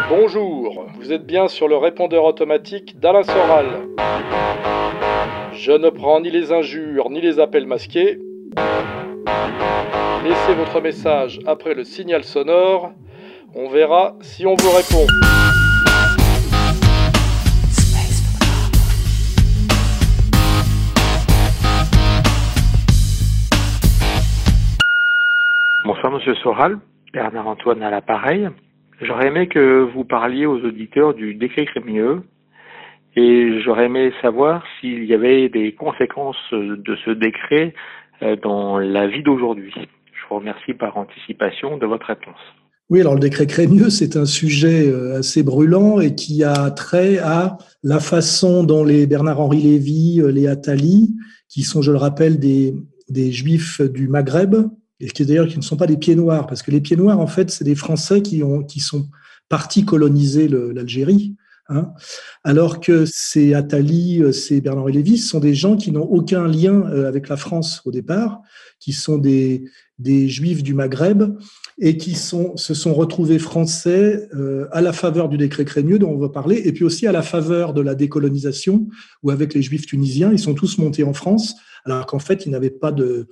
Bonjour, vous êtes bien sur le répondeur automatique d'Alain Soral. Je ne prends ni les injures ni les appels masqués. Laissez votre message après le signal sonore. On verra si on vous répond. Bonsoir Monsieur Soral, Bernard-Antoine à l'appareil. J'aurais aimé que vous parliez aux auditeurs du décret Crémieux et j'aurais aimé savoir s'il y avait des conséquences de ce décret dans la vie d'aujourd'hui. Je vous remercie par anticipation de votre réponse. Oui, alors le décret Crémieux, c'est un sujet assez brûlant et qui a trait à la façon dont les Bernard-Henri Lévy, les Attali, qui sont, je le rappelle, des Juifs du Maghreb, et qui d'ailleurs qui ne sont pas des pieds noirs, parce que les pieds noirs, en fait, c'est des Français qui sont partis coloniser l'Algérie, hein, alors que ces Attali, ces Bernard-Henri Lévy, sont des gens qui n'ont aucun lien avec la France au départ, qui sont des Juifs du Maghreb et qui se sont retrouvés français à la faveur du décret Crémieux dont on va parler, et puis aussi à la faveur de la décolonisation, où avec les Juifs tunisiens, ils sont tous montés en France, alors qu'en fait, ils n'avaient pas de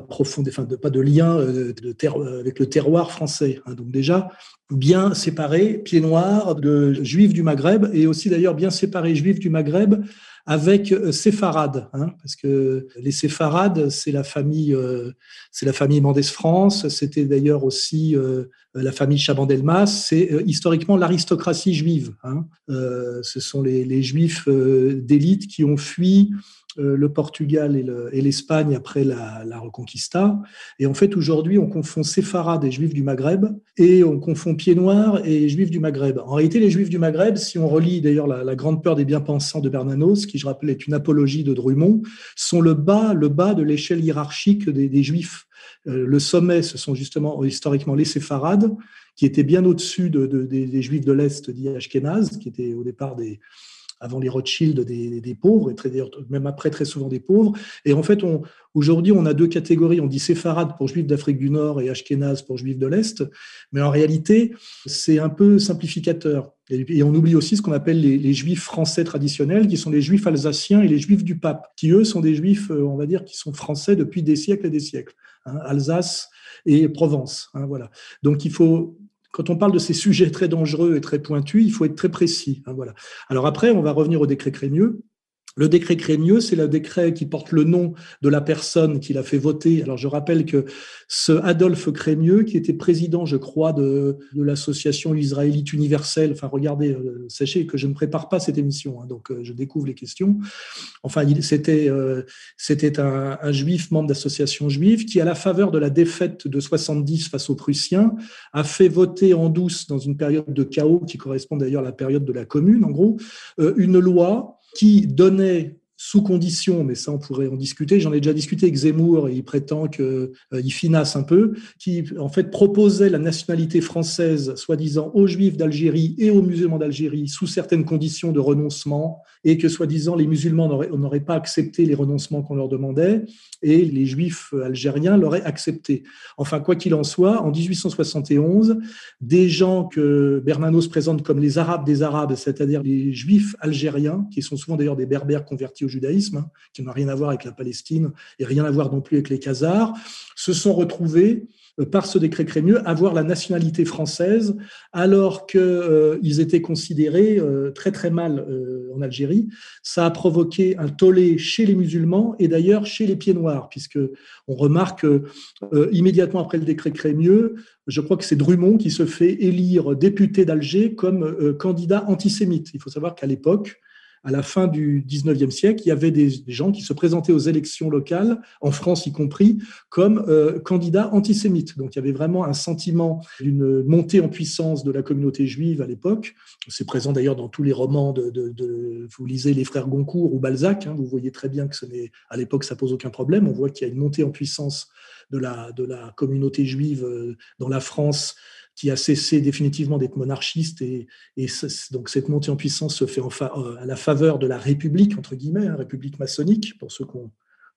lien avec le terroir français. Donc déjà, bien séparés, pieds noirs, de Juifs du Maghreb, et aussi d'ailleurs bien séparés Juifs du Maghreb avec séfarades, parce que les séfarades, c'est la famille Mendès France, c'était d'ailleurs aussi la famille Chaban-Delmas, c'est historiquement l'aristocratie juive. Ce sont les Juifs d'élite qui ont fui le Portugal et l'Espagne après la Reconquista. Et en fait, aujourd'hui, on confond séfarades et juifs du Maghreb, et on confond pieds noirs et juifs du Maghreb. En réalité, les juifs du Maghreb, si on relit d'ailleurs la grande peur des bien-pensants de Bernanos, qui, je rappelle, est une apologie de Drummond, sont le bas de l'échelle hiérarchique des juifs. Le sommet, ce sont justement historiquement les séfarades, qui étaient bien au-dessus des juifs de l'Est dits Ashkénazes, qui étaient au départ avant les Rothschild, des pauvres, et même après très souvent des pauvres. Et en fait, aujourd'hui, on a deux catégories. On dit séfarades pour juifs d'Afrique du Nord et ashkénazes pour juifs de l'Est. Mais en réalité, c'est un peu simplificateur. Et on oublie aussi ce qu'on appelle les juifs français traditionnels, qui sont les juifs alsaciens et les juifs du pape, qui eux sont des juifs, on va dire, qui sont français depuis des siècles et des siècles. Alsace et Provence. Voilà. Donc, quand on parle de ces sujets très dangereux et très pointus, il faut être très précis. Voilà. Alors après, on va revenir au décret Crémieux. Le décret Crémieux, c'est le décret qui porte le nom de la personne qui l'a fait voter. Alors, je rappelle que ce Adolphe Crémieux, qui était président, je crois, de l'association israélite universelle, enfin, regardez, sachez que je ne prépare pas cette émission, donc je découvre les questions. Enfin, c'était un juif, membre d'association juive, qui, à la faveur de la défaite de 70 face aux Prussiens, a fait voter en douce, dans une période de chaos qui correspond d'ailleurs à la période de la Commune, en gros, une loi qui donnait sous condition, mais ça on pourrait en discuter, j'en ai déjà discuté avec Zemmour et il prétend qu'il finasse un peu, qui en fait proposait la nationalité française, soi-disant aux Juifs d'Algérie et aux musulmans d'Algérie sous certaines conditions de renoncement, et que soi-disant les musulmans n'auraient pas accepté les renoncements qu'on leur demandait et les Juifs algériens l'auraient accepté. Enfin, quoi qu'il en soit, en 1871, des gens que Bernanos présente comme les Arabes des Arabes, c'est-à-dire les Juifs algériens, qui sont souvent d'ailleurs des Berbères convertis au judaïsme, qui n'ont rien à voir avec la Palestine et rien à voir non plus avec les Khazars, se sont retrouvés par ce décret Crémieux, avoir la nationalité française, alors qu'ils étaient considérés très très mal en Algérie. Ça a provoqué un tollé chez les musulmans et d'ailleurs chez les pieds noirs, puisque on remarque immédiatement après le décret Crémieux, je crois que c'est Drummond qui se fait élire député d'Alger comme candidat antisémite. Il faut savoir qu'à l'époque, à la fin du 19e siècle, il y avait des gens qui se présentaient aux élections locales, en France y compris, comme candidats antisémites. Donc il y avait vraiment un sentiment d'une montée en puissance de la communauté juive à l'époque. C'est présent d'ailleurs dans tous les romans vous lisez les frères Goncourt ou Balzac, vous voyez très bien que à l'époque ça pose aucun problème. On voit qu'il y a une montée en puissance de la communauté juive dans la France, qui a cessé définitivement d'être monarchiste, et donc cette montée en puissance se fait à la faveur de la République, entre guillemets, République maçonnique, pour ceux qui ont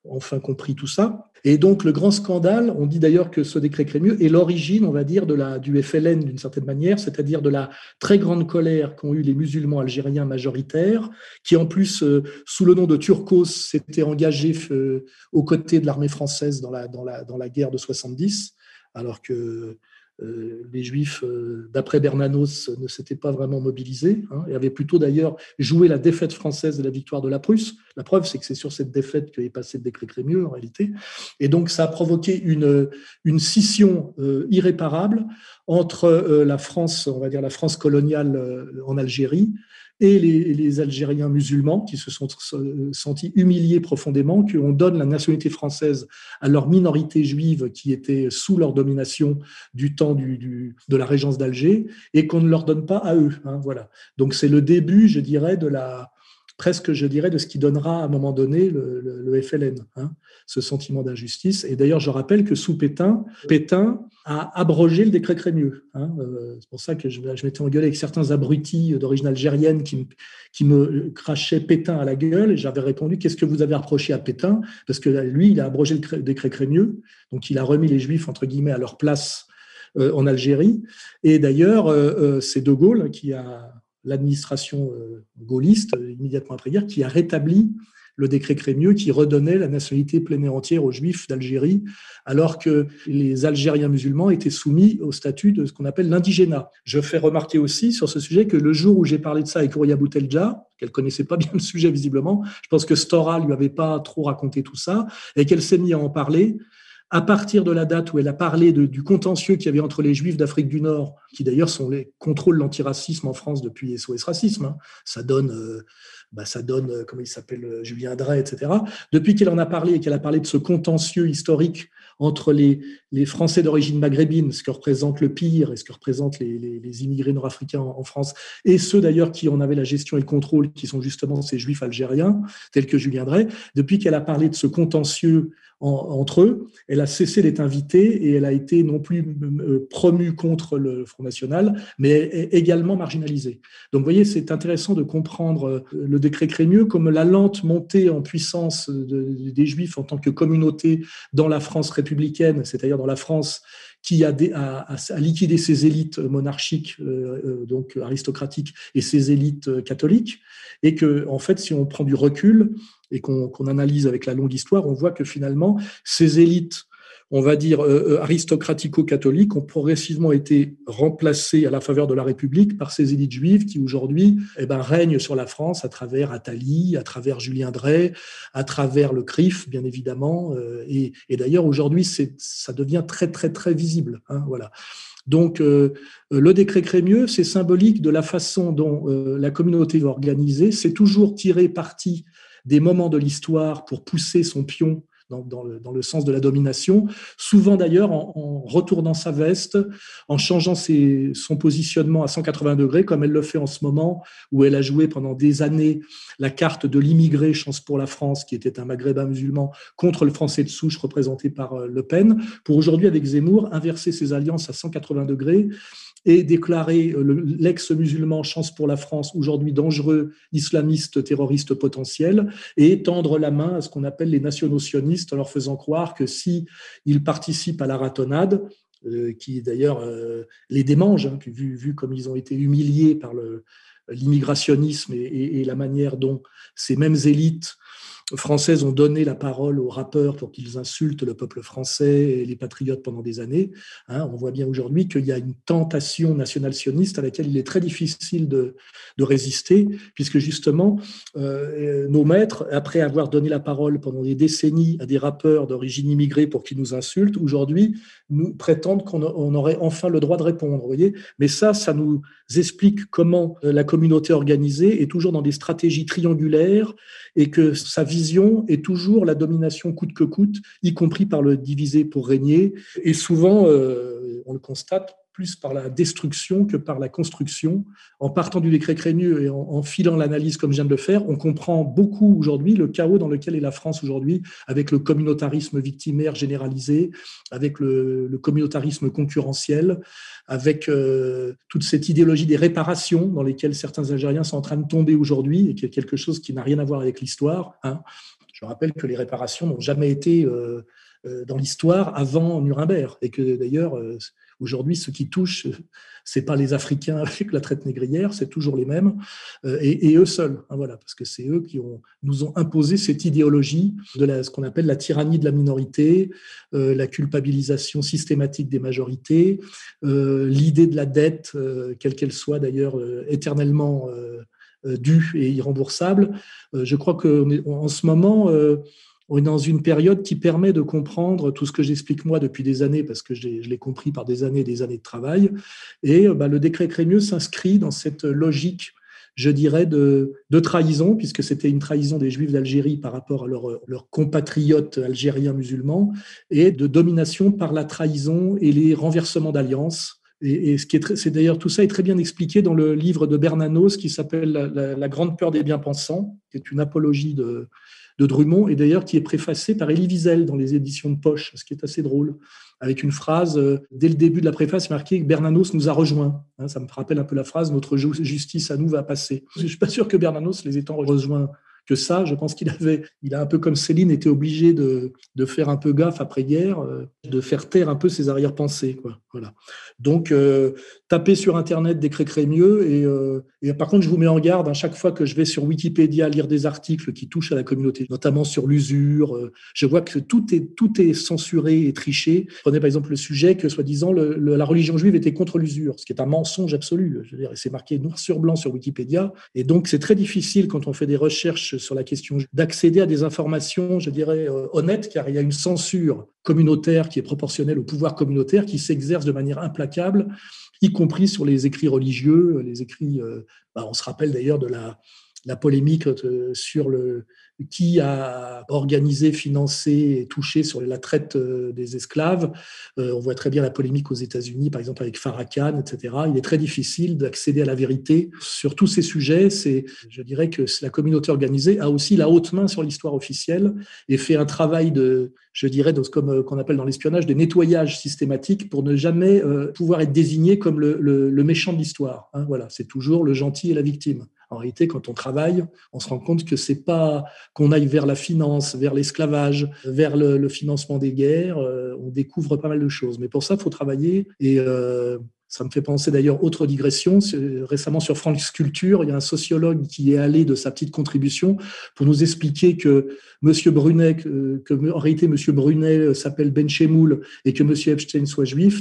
enfin compris tout ça. Et donc, le grand scandale, on dit d'ailleurs que ce décret Crémieux est l'origine, on va dire, du FLN d'une certaine manière, c'est-à-dire de la très grande colère qu'ont eu les musulmans algériens majoritaires, qui en plus, sous le nom de Turcos, s'étaient engagés aux côtés de l'armée française dans la guerre de 70, alors que les Juifs, d'après Bernanos, ne s'étaient pas vraiment mobilisés, et avaient plutôt d'ailleurs joué la défaite française et la victoire de la Prusse. La preuve, c'est que c'est sur cette défaite qu'est passé le décret Crémieux, en réalité. Et donc, ça a provoqué une scission irréparable entre la France, on va dire la France coloniale en Algérie, et les Algériens musulmans qui se sont sentis humiliés profondément, qu'on donne la nationalité française à leur minorité juive qui était sous leur domination du temps de la régence d'Alger, et qu'on ne leur donne pas à eux. Voilà. Donc c'est le début, je dirais, de ce qui donnera à un moment donné le FLN, ce sentiment d'injustice. Et d'ailleurs, je rappelle que sous Pétain a abrogé le décret Crémieux. C'est pour ça que je m'étais engueulé avec certains abrutis d'origine algérienne qui me crachaient Pétain à la gueule, et j'avais répondu: qu'est-ce que vous avez reproché à Pétain? Parce que lui, il a abrogé le décret Crémieux, donc il a remis les Juifs, entre guillemets, à leur place en Algérie. Et d'ailleurs, c'est De Gaulle qui a... l'administration gaulliste, immédiatement après-guerre, qui a rétabli le décret Crémieux, qui redonnait la nationalité pleine et entière aux Juifs d'Algérie, alors que les Algériens musulmans étaient soumis au statut de ce qu'on appelle l'indigénat. Je fais remarquer aussi sur ce sujet que le jour où j'ai parlé de ça avec Ouria Boutelja, qu'elle connaissait pas bien le sujet visiblement, je pense que Stora lui avait pas trop raconté tout ça, et qu'elle s'est mise à en parler, à partir de la date où elle a parlé du contentieux qu'il y avait entre les Juifs d'Afrique du Nord, qui d'ailleurs contrôlent l'antiracisme en France depuis SOS Racisme, ça donne, comment il s'appelle, Julien Drey, etc. Depuis qu'elle en a parlé et qu'elle a parlé de ce contentieux historique entre les Français d'origine maghrébine, ce que représente le pire et ce que représentent les immigrés nord-africains en France, et ceux d'ailleurs qui en avaient la gestion et le contrôle, qui sont justement ces Juifs algériens, tels que Julien Drey, depuis qu'elle a parlé de ce contentieux entre eux, elle a cessé d'être invitée et elle a été non plus promue contre le Front National, mais également marginalisée. Donc vous voyez, c'est intéressant de comprendre le décret Crémieux comme la lente montée en puissance des Juifs en tant que communauté dans la France républicaine, c'est-à-dire dans la France qui a liquidé ses élites monarchiques, donc aristocratiques, et ses élites catholiques, et que, en fait, si on prend du recul et qu'on analyse avec la longue histoire, on voit que finalement, ces élites, on va dire, aristocratico-catholiques, ont progressivement été remplacées à la faveur de la République par ces élites juives qui, aujourd'hui, règnent sur la France à travers Attali, à travers Julien Drey, à travers le CRIF, bien évidemment. Et d'ailleurs, aujourd'hui, ça devient très, très, très visible. Voilà. Donc, le décret Crémieux, c'est symbolique de la façon dont la communauté va organiser. C'est toujours tirer parti des moments de l'histoire pour pousser son pion dans le sens de la domination, souvent d'ailleurs en retournant sa veste, en changeant son positionnement à 180 degrés, comme elle le fait en ce moment, où elle a joué pendant des années la carte de l'immigré Chance pour la France, qui était un maghrébin musulman, contre le français de souche représenté par Le Pen, pour aujourd'hui, avec Zemmour, inverser ses alliances à 180 degrés et déclarer l'ex-musulman Chance pour la France, aujourd'hui dangereux, islamiste, terroriste potentiel, et tendre la main à ce qu'on appelle les nationaux-sionistes, en leur faisant croire que s'ils participent à la ratonnade, qui d'ailleurs les démange, vu comme ils ont été humiliés par l'immigrationnisme et la manière dont ces mêmes élites françaises ont donné la parole aux rappeurs pour qu'ils insultent le peuple français et les patriotes pendant des années. On voit bien aujourd'hui qu'il y a une tentation nationale-sioniste à laquelle il est très difficile de résister, puisque justement, nos maîtres, après avoir donné la parole pendant des décennies à des rappeurs d'origine immigrée pour qu'ils nous insultent, aujourd'hui, nous prétendent qu'on aurait enfin le droit de répondre. Vous voyez, mais ça nous explique comment la communauté organisée est toujours dans des stratégies triangulaires et que sa vision est toujours la domination coûte que coûte, y compris par le diviser pour régner. Et souvent, on le constate, plus par la destruction que par la construction. En partant du décret Crémieux et en filant l'analyse comme je viens de le faire, on comprend beaucoup aujourd'hui le chaos dans lequel est la France aujourd'hui, avec le communautarisme victimaire généralisé, avec le communautarisme concurrentiel, avec toute cette idéologie des réparations dans lesquelles certains Algériens sont en train de tomber aujourd'hui, et qui est quelque chose qui n'a rien à voir avec l'histoire, Je rappelle que les réparations n'ont jamais été dans l'histoire avant Nuremberg et que d'ailleurs, aujourd'hui, ceux qui touchent, ce n'est pas les Africains avec la traite négrière, c'est toujours les mêmes et eux seuls. Hein, voilà, parce que c'est eux qui nous ont imposé cette idéologie de ce qu'on appelle la tyrannie de la minorité, la culpabilisation systématique des majorités, l'idée de la dette, quelle qu'elle soit d'ailleurs éternellement due et irremboursable. Je crois qu'en ce moment, on est dans une période qui permet de comprendre tout ce que j'explique moi depuis des années, parce que je l'ai compris par des années et des années de travail. Et le décret Crémieux s'inscrit dans cette logique, je dirais, de trahison, puisque c'était une trahison des Juifs d'Algérie par rapport à leurs compatriotes algériens musulmans, et de domination par la trahison et les renversements d'alliances. Et c'est d'ailleurs, tout ça est très bien expliqué dans le livre de Bernanos qui s'appelle La grande peur des bien-pensants, qui est une apologie de Drummond, et d'ailleurs qui est préfacé par Elie Wiesel dans les éditions de Poche, ce qui est assez drôle, avec une phrase, dès le début de la préface, marquée que Bernanos nous a rejoints. Hein, ça me rappelle un peu la phrase « Notre justice à nous va passer ». Je ne suis pas sûr que Bernanos les étant rejoints que ça. Je pense qu'il a un peu comme Céline, été obligé de faire un peu gaffe après-guerre, de faire taire un peu ses arrière-pensées, quoi. Voilà. Donc, tapez sur Internet décret Crémieux et par contre, je vous mets en garde, à chaque fois que je vais sur Wikipédia lire des articles qui touchent à la communauté, notamment sur l'usure, je vois que tout est censuré et triché. Prenez par exemple le sujet que, soi-disant, la religion juive était contre l'usure, ce qui est un mensonge absolu. Je veux dire, c'est marqué noir sur blanc sur Wikipédia. Et donc, c'est très difficile, quand on fait des recherches sur la question, d'accéder à des informations, je dirais, honnêtes, car il y a une censure communautaire qui est proportionnelle au pouvoir communautaire, qui s'exerce de manière implacable, y compris sur les écrits religieux, les écrits. On se rappelle d'ailleurs de la polémique sur qui a organisé, financé et touché sur la traite des esclaves. On voit très bien la polémique aux États-Unis, par exemple avec Farrakhan, etc. Il est très difficile d'accéder à la vérité sur tous ces sujets. Je dirais que la communauté organisée a aussi la haute main sur l'histoire officielle et fait un travail qu'on appelle dans l'espionnage, de nettoyage systématique pour ne jamais pouvoir être désigné comme le méchant de l'histoire. Hein, voilà, c'est toujours le gentil et la victime. En réalité, quand on travaille, on se rend compte que c'est pas qu'on aille vers la finance, vers l'esclavage, vers le financement des guerres. On découvre pas mal de choses. Mais pour ça, il faut travailler. Et ça me fait penser d'ailleurs, autre digression, récemment sur France Culture, il y a un sociologue qui est allé de sa petite contribution pour nous expliquer que M. Brunet, en réalité M. Brunet s'appelle Benchemoul et que M. Epstein soit juif,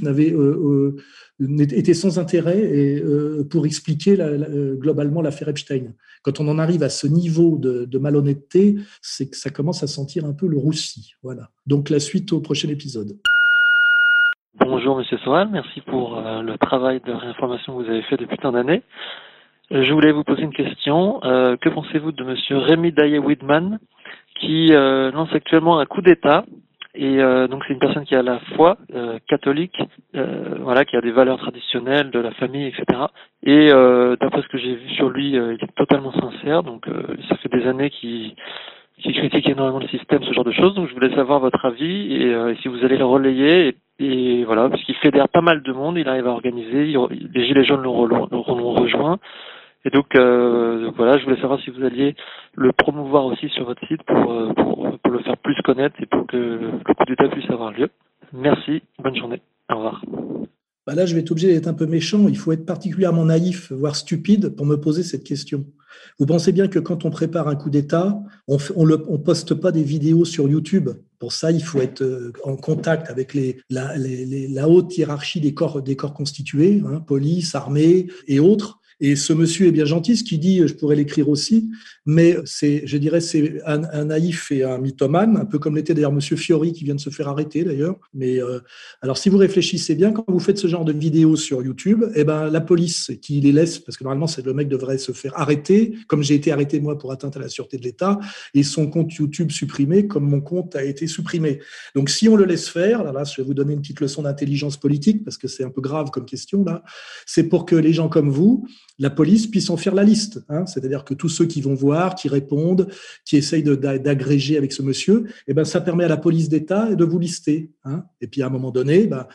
était sans intérêt pour expliquer globalement l'affaire Epstein. Quand on en arrive à ce niveau de malhonnêteté, c'est que ça commence à sentir un peu le roussi. Voilà. Donc la suite au prochain épisode. Bonjour Monsieur Soral, merci pour le travail de réinformation que vous avez fait depuis tant d'années. Je voulais vous poser une question. Que pensez-vous de Monsieur Rémi Daillé-Widman qui lance actuellement un coup d'État? Et donc c'est une personne qui a la foi catholique, qui a des valeurs traditionnelles de la famille, etc. Et d'après ce que j'ai vu sur lui, il est totalement sincère. Donc ça fait des années qu'il critique énormément le système, ce genre de choses. Donc je voulais savoir votre avis et si vous allez le relayer. Et voilà, parce qu'il fédère pas mal de monde, il arrive à organiser. Les Gilets jaunes l'ont rejoint. Et donc voilà, je voulais savoir si vous alliez le promouvoir aussi sur votre site pour le faire plus connaître et pour que le coup d'État puisse avoir lieu. Merci, bonne journée, au revoir. Là, je vais être obligé d'être un peu méchant. Il faut être particulièrement naïf, voire stupide, pour me poser cette question. Vous pensez bien que quand on prépare un coup d'État, on poste pas des vidéos sur YouTube. Pour ça, il faut être en contact avec la haute hiérarchie des corps constitués, hein, police, armée et autres. Et ce monsieur est bien gentil, ce qu'il dit, je pourrais l'écrire aussi, mais c'est un naïf et un mythomane, un peu comme l'était d'ailleurs monsieur Fiori qui vient de se faire arrêter d'ailleurs. Mais alors si vous réfléchissez bien, quand vous faites ce genre de vidéos sur YouTube, la police qui les laisse, parce que normalement le mec devrait se faire arrêter, comme j'ai été arrêté moi pour atteinte à la sûreté de l'État, et son compte YouTube supprimé, comme mon compte a été supprimé. Donc si on le laisse faire, là je vais vous donner une petite leçon d'intelligence politique, parce que c'est un peu grave comme question là, c'est pour que les gens comme vous, la police puisse en faire la liste, hein, c'est-à-dire que tous ceux qui vont voir, qui répondent, qui essayent d'agréger avec ce monsieur, ça permet à la police d'État de vous lister, hein, et puis à un moment donné,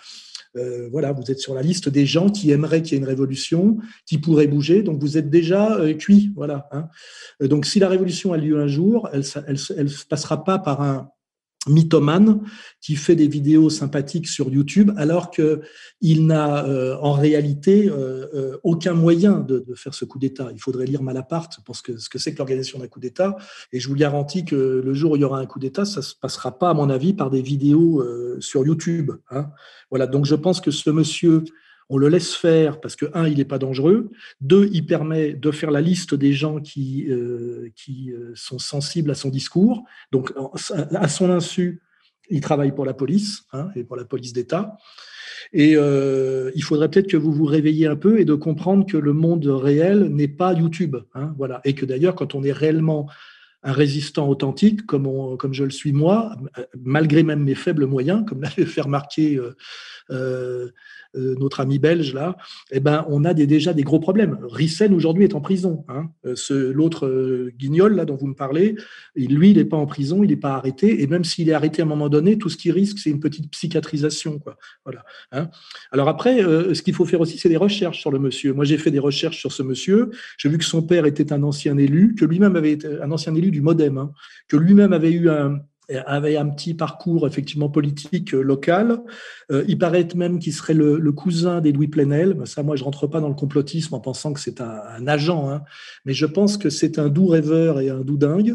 Voilà, vous êtes sur la liste des gens qui aimeraient qu'il y ait une révolution, qui pourraient bouger, donc vous êtes déjà cuit. Voilà, hein. Donc si la révolution a lieu un jour, elle passera pas par un mythomane qui fait des vidéos sympathiques sur YouTube alors qu'il n'a en réalité aucun moyen de faire ce coup d'État. Il faudrait lire Malaparte pour ce que c'est que l'organisation d'un coup d'État, et je vous garantis que le jour où il y aura un coup d'État, ça ne se passera pas, à mon avis, par des vidéos sur YouTube, hein. Voilà, donc je pense que ce monsieur, on le laisse faire parce que, un, il n'est pas dangereux, deux, il permet de faire la liste des gens qui sont sensibles à son discours. Donc, à son insu, il travaille pour la police, hein, et pour la police d'État. Et il faudrait peut-être que vous vous réveilliez un peu et de comprendre que le monde réel n'est pas YouTube, hein, voilà. Et que d'ailleurs, quand on est réellement un résistant authentique, comme je le suis moi, malgré même mes faibles moyens, comme l'avait fait remarquer notre ami belge là, eh ben on a déjà des gros problèmes. Rissen aujourd'hui est en prison, hein. L'autre Guignol là dont vous me parlez, lui il n'est pas en prison, il n'est pas arrêté, et même s'il est arrêté à un moment donné, tout ce qu'il risque c'est une petite psychiatrisation, quoi. Voilà, hein. Alors après, ce qu'il faut faire aussi, c'est des recherches sur le monsieur. Moi j'ai fait des recherches sur ce monsieur. J'ai vu que son père était un ancien élu, que lui-même avait été un ancien élu du MoDem, hein, que lui-même avait eu un petit parcours effectivement politique local. Il paraît même qu'il serait le cousin d'Edoui Plenel. Ça, moi, je rentre pas dans le complotisme en pensant que c'est un agent, hein, mais je pense que c'est un doux rêveur et un doux dingue.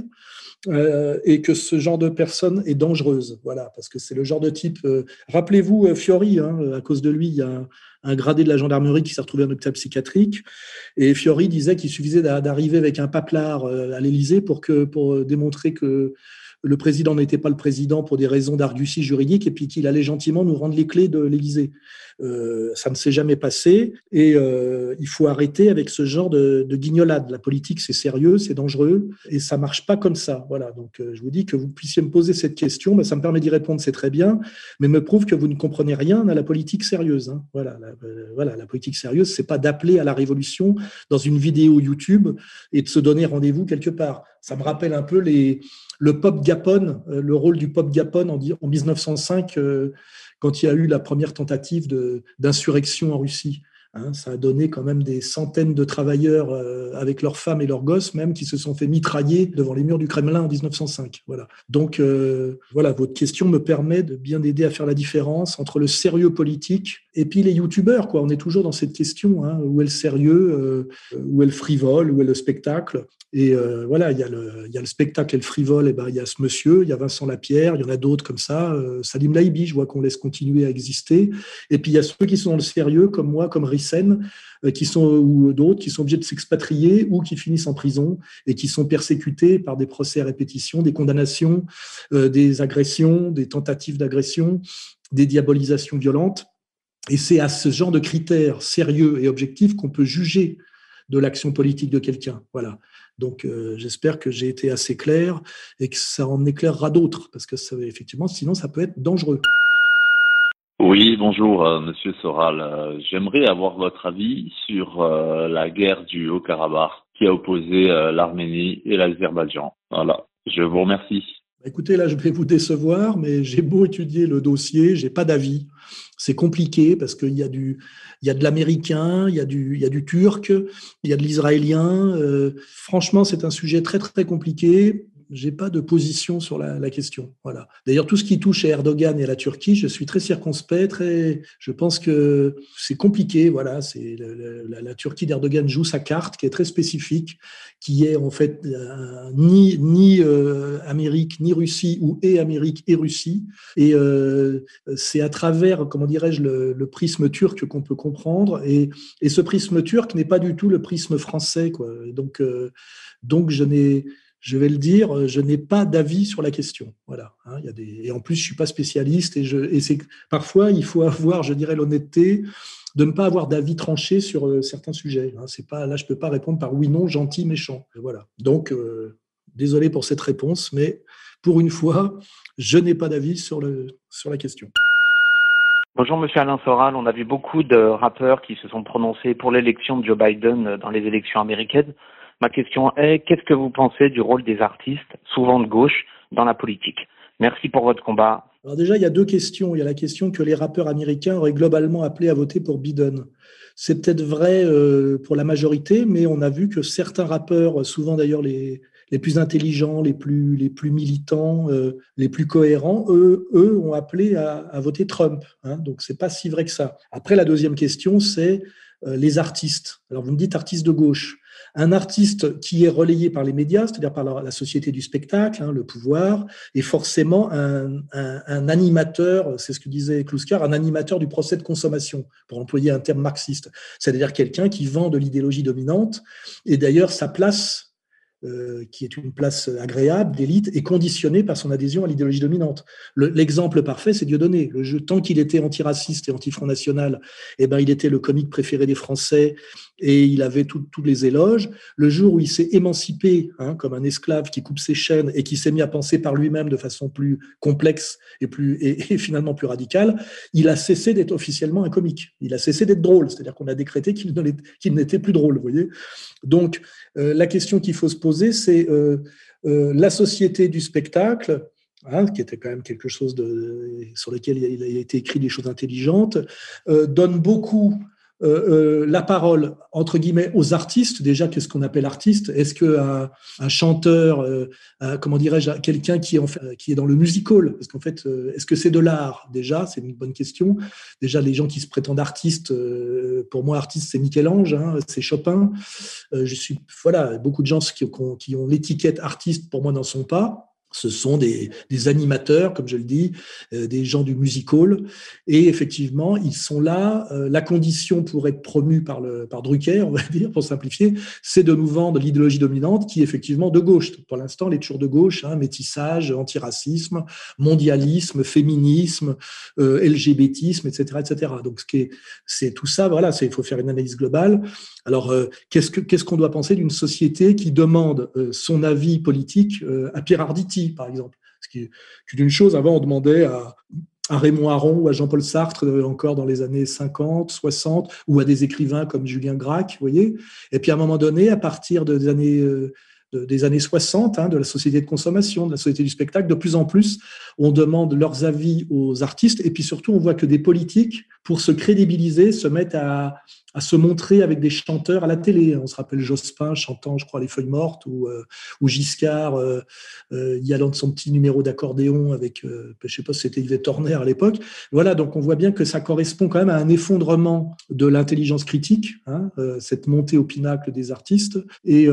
Et que ce genre de personne est dangereuse, voilà, parce que c'est le genre de type. Rappelez-vous Fiori, hein, à cause de lui, il y a un gradé de la gendarmerie qui s'est retrouvé en hôpital psychiatrique, et Fiori disait qu'il suffisait d'arriver avec un paplard à l'Élysée pour démontrer que le président n'était pas le président pour des raisons d'argutie juridique, et puis qu'il allait gentiment nous rendre les clés de l'Élysée. Ça ne s'est jamais passé, et il faut arrêter avec ce genre de guignolade. La politique, c'est sérieux, c'est dangereux, et ça marche pas comme ça. Voilà. Donc, je vous dis que vous puissiez me poser cette question, ça me permet d'y répondre, c'est très bien, mais me prouve que vous ne comprenez rien à la politique sérieuse, hein. Voilà, la politique sérieuse, c'est pas d'appeler à la révolution dans une vidéo YouTube et de se donner rendez-vous quelque part. Ça me rappelle un peu le pop Gapone, le rôle du pop Gapone en 1905, quand il y a eu la première tentative d'insurrection en Russie. Hein, ça a donné quand même des centaines de travailleurs avec leurs femmes et leurs gosses même qui se sont fait mitrailler devant les murs du Kremlin en 1905. Voilà. Donc voilà, votre question me permet de bien aider à faire la différence entre le sérieux politique et puis les youtubeurs, quoi. On est toujours dans cette question, hein, où est le sérieux, où est le frivole, où est le spectacle. Et voilà, il y a le spectacle et le frivole, et ben il y a ce monsieur, il y a Vincent Lapierre, il y en a d'autres comme ça, Salim Laibi, je vois qu'on laisse continuer à exister. Et puis il y a ceux qui sont dans le sérieux, comme moi, comme Rissen, ou d'autres qui sont obligés de s'expatrier ou qui finissent en prison et qui sont persécutés par des procès à répétition, des condamnations, des agressions, des tentatives d'agression, des diabolisations violentes. Et c'est à ce genre de critères sérieux et objectifs qu'on peut juger de l'action politique de quelqu'un. Voilà. Donc, j'espère que j'ai été assez clair et que ça en éclairera d'autres, parce que ça, effectivement, sinon, ça peut être dangereux. Oui, bonjour, Monsieur Soral. J'aimerais avoir votre avis sur la guerre du Haut-Karabakh qui a opposé l'Arménie et l'Azerbaïdjan. Voilà, je vous remercie. Écoutez, là, je vais vous décevoir, mais j'ai beau étudier le dossier, j'ai pas d'avis. C'est compliqué parce qu'il y a de l'américain, il y a du turc, il y a de l'israélien. Franchement, c'est un sujet très, très compliqué. J'ai pas de position sur la question. Voilà. D'ailleurs, tout ce qui touche à Erdogan et à la Turquie, je suis très circonspect. Je pense que c'est compliqué. Voilà, c'est la Turquie d'Erdogan joue sa carte, qui est très spécifique, qui est en fait ni Amérique ni Russie, ou Amérique et Russie. Et c'est à travers, comment dirais-je, le prisme turc qu'on peut comprendre. Et ce prisme turc n'est pas du tout le prisme français, quoi. Donc je vais le dire, je n'ai pas d'avis sur la question. Voilà. Hein, et en plus, je suis pas spécialiste, et c'est parfois il faut avoir, je dirais, l'honnêteté de ne pas avoir d'avis tranché sur certains sujets. Hein, c'est pas là, je peux pas répondre par oui, non, gentil, méchant. Voilà. Donc, désolé pour cette réponse, mais pour une fois, je n'ai pas d'avis sur la question. Bonjour Monsieur Alain Soral, on a vu beaucoup de rappeurs qui se sont prononcés pour l'élection de Joe Biden dans les élections américaines. Ma question est, qu'est-ce que vous pensez du rôle des artistes, souvent de gauche, dans la politique? Merci pour votre combat Alors déjà, il y a deux questions. Il y a la question que les rappeurs américains auraient globalement appelé à voter pour Biden. C'est peut-être vrai pour la majorité, mais on a vu que certains rappeurs, souvent d'ailleurs les plus intelligents, les plus militants, les plus cohérents, eux ont appelé à voter Trump. Hein. Donc, c'est pas si vrai que ça. Après, la deuxième question, c'est les artistes. Alors, vous me dites artistes de gauche. Un artiste qui est relayé par les médias, c'est-à-dire par la société du spectacle, hein, le pouvoir, est forcément un animateur, c'est ce que disait Kluskar, un animateur du procès de consommation, pour employer un terme marxiste. C'est-à-dire quelqu'un qui vend de l'idéologie dominante. Et d'ailleurs, sa place, qui est une place agréable, d'élite, est conditionnée par son adhésion à l'idéologie dominante. L'exemple parfait, c'est Dieudonné. Tant qu'il était antiraciste et anti-Front National, eh ben, il était le comique préféré des Français et il avait tous les éloges. Le jour où il s'est émancipé, hein, comme un esclave qui coupe ses chaînes et qui s'est mis à penser par lui-même de façon plus complexe et finalement plus radicale, il a cessé d'être officiellement un comique. Il a cessé d'être drôle, c'est-à-dire qu'on a décrété qu'il n'était plus drôle. Vous voyez. Donc, la question qu'il faut se poser, c'est la société du spectacle, hein, qui était quand même quelque chose sur lequel il a été écrit des choses intelligentes, donne beaucoup la parole, entre guillemets, aux artistes. Déjà, qu'est-ce qu'on appelle artiste? Est-ce qu'un chanteur, comment dirais-je, quelqu'un qui est dans le musical, parce qu'en fait, est-ce que c'est de l'art? Déjà, c'est une bonne question. Déjà, les gens qui se prétendent artistes, pour moi, artiste, c'est Michel-Ange, hein, c'est Chopin. Voilà, beaucoup de gens qui ont l'étiquette artiste, pour moi, n'en sont pas. Ce sont des animateurs, comme je le dis, des gens du music-hall. Et effectivement, ils sont là. La condition pour être promu par Drucker, on va dire, pour simplifier, c'est de nous vendre l'idéologie dominante qui est effectivement de gauche. Pour l'instant, elle est toujours de gauche, hein, métissage, antiracisme, mondialisme, féminisme, LGBTisme, etc., etc. Donc, c'est tout ça, voilà, il faut faire une analyse globale. Alors, qu'est-ce qu'on doit penser d'une société qui demande son avis politique à Pierre Arditi, par exemple? Ce qui est une chose, avant, on demandait à Raymond Aron ou à Jean-Paul Sartre, encore dans les années 50, 60, ou à des écrivains comme Julien Gracq, vous voyez. Et puis, à un moment donné, à partir des années 60, hein, de la société de consommation, de la société du spectacle, de plus en plus, on demande leurs avis aux artistes. Et puis surtout, on voit que des politiques, pour se crédibiliser, se mettent à se montrer avec des chanteurs à la télé. On se rappelle Jospin chantant, je crois, Les Feuilles Mortes, ou Giscard y allant de son petit numéro d'accordéon avec, je sais pas si c'était Yvette Horner à l'époque. Voilà, donc on voit bien que ça correspond quand même à un effondrement de l'intelligence critique, hein, cette montée au pinacle des artistes. Et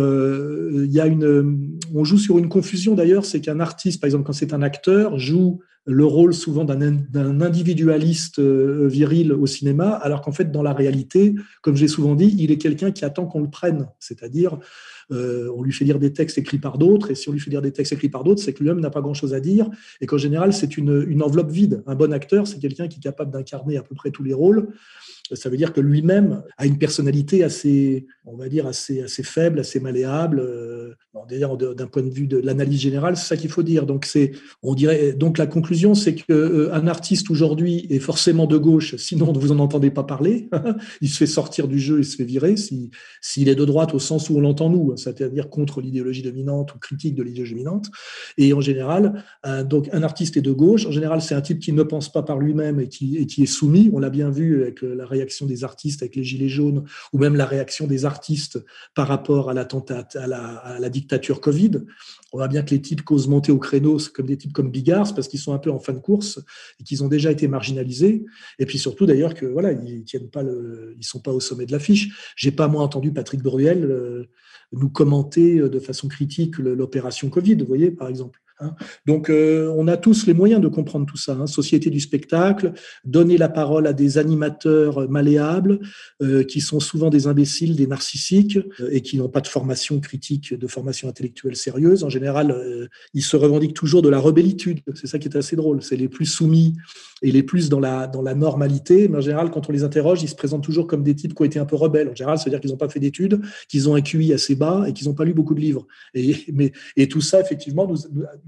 on joue sur une confusion d'ailleurs, c'est qu'un artiste, par exemple, quand c'est un acteur, joue le rôle souvent d'un individualiste viril au cinéma, alors qu'en fait, dans la réalité, comme j'ai souvent dit, il est quelqu'un qui attend qu'on le prenne. C'est-à-dire, on lui fait lire des textes écrits par d'autres, et si on lui fait lire des textes écrits par d'autres, c'est que lui-même n'a pas grand-chose à dire, et qu'en général, c'est une enveloppe vide. Un bon acteur, c'est quelqu'un qui est capable d'incarner à peu près tous les rôles. Ça veut dire que lui-même a une personnalité assez, on va dire, assez faible, assez malléable. D'ailleurs, d'un point de vue de l'analyse générale, c'est ça qu'il faut dire. Donc, donc la conclusion, c'est qu'un artiste aujourd'hui est forcément de gauche, sinon vous n'en entendez pas parler. Il se fait sortir du jeu et se fait virer. S'il est de droite au sens où on l'entend nous, c'est-à-dire contre l'idéologie dominante ou critique de l'idéologie dominante. Et en général, donc un artiste est de gauche. En général, c'est un type qui ne pense pas par lui-même et qui est soumis. On l'a bien vu avec la réaction des artistes avec les Gilets jaunes, ou même la réaction des artistes par rapport à l'attentat, à la dictature Covid. On voit bien que les types causent monter au créneau comme des types comme Bigard, parce qu'ils sont un peu en fin de course et qu'ils ont déjà été marginalisés. Et puis surtout d'ailleurs que voilà, ils sont pas au sommet de l'affiche. J'ai pas moi entendu Patrick Bruel nous commenter de façon critique l'opération Covid, vous voyez, par exemple. Donc, on a tous les moyens de comprendre tout ça. Société du spectacle, donner la parole à des animateurs malléables qui sont souvent des imbéciles, des narcissiques et qui n'ont pas de formation critique, de formation intellectuelle sérieuse. En général, ils se revendiquent toujours de la rebellitude. C'est ça qui est assez drôle. C'est les plus soumis et les plus dans la normalité. Mais en général, quand on les interroge, ils se présentent toujours comme des types qui ont été un peu rebelles. En général, c'est-à-dire qu'ils n'ont pas fait d'études, qu'ils ont un QI assez bas et qu'ils n'ont pas lu beaucoup de livres. Et tout ça, effectivement,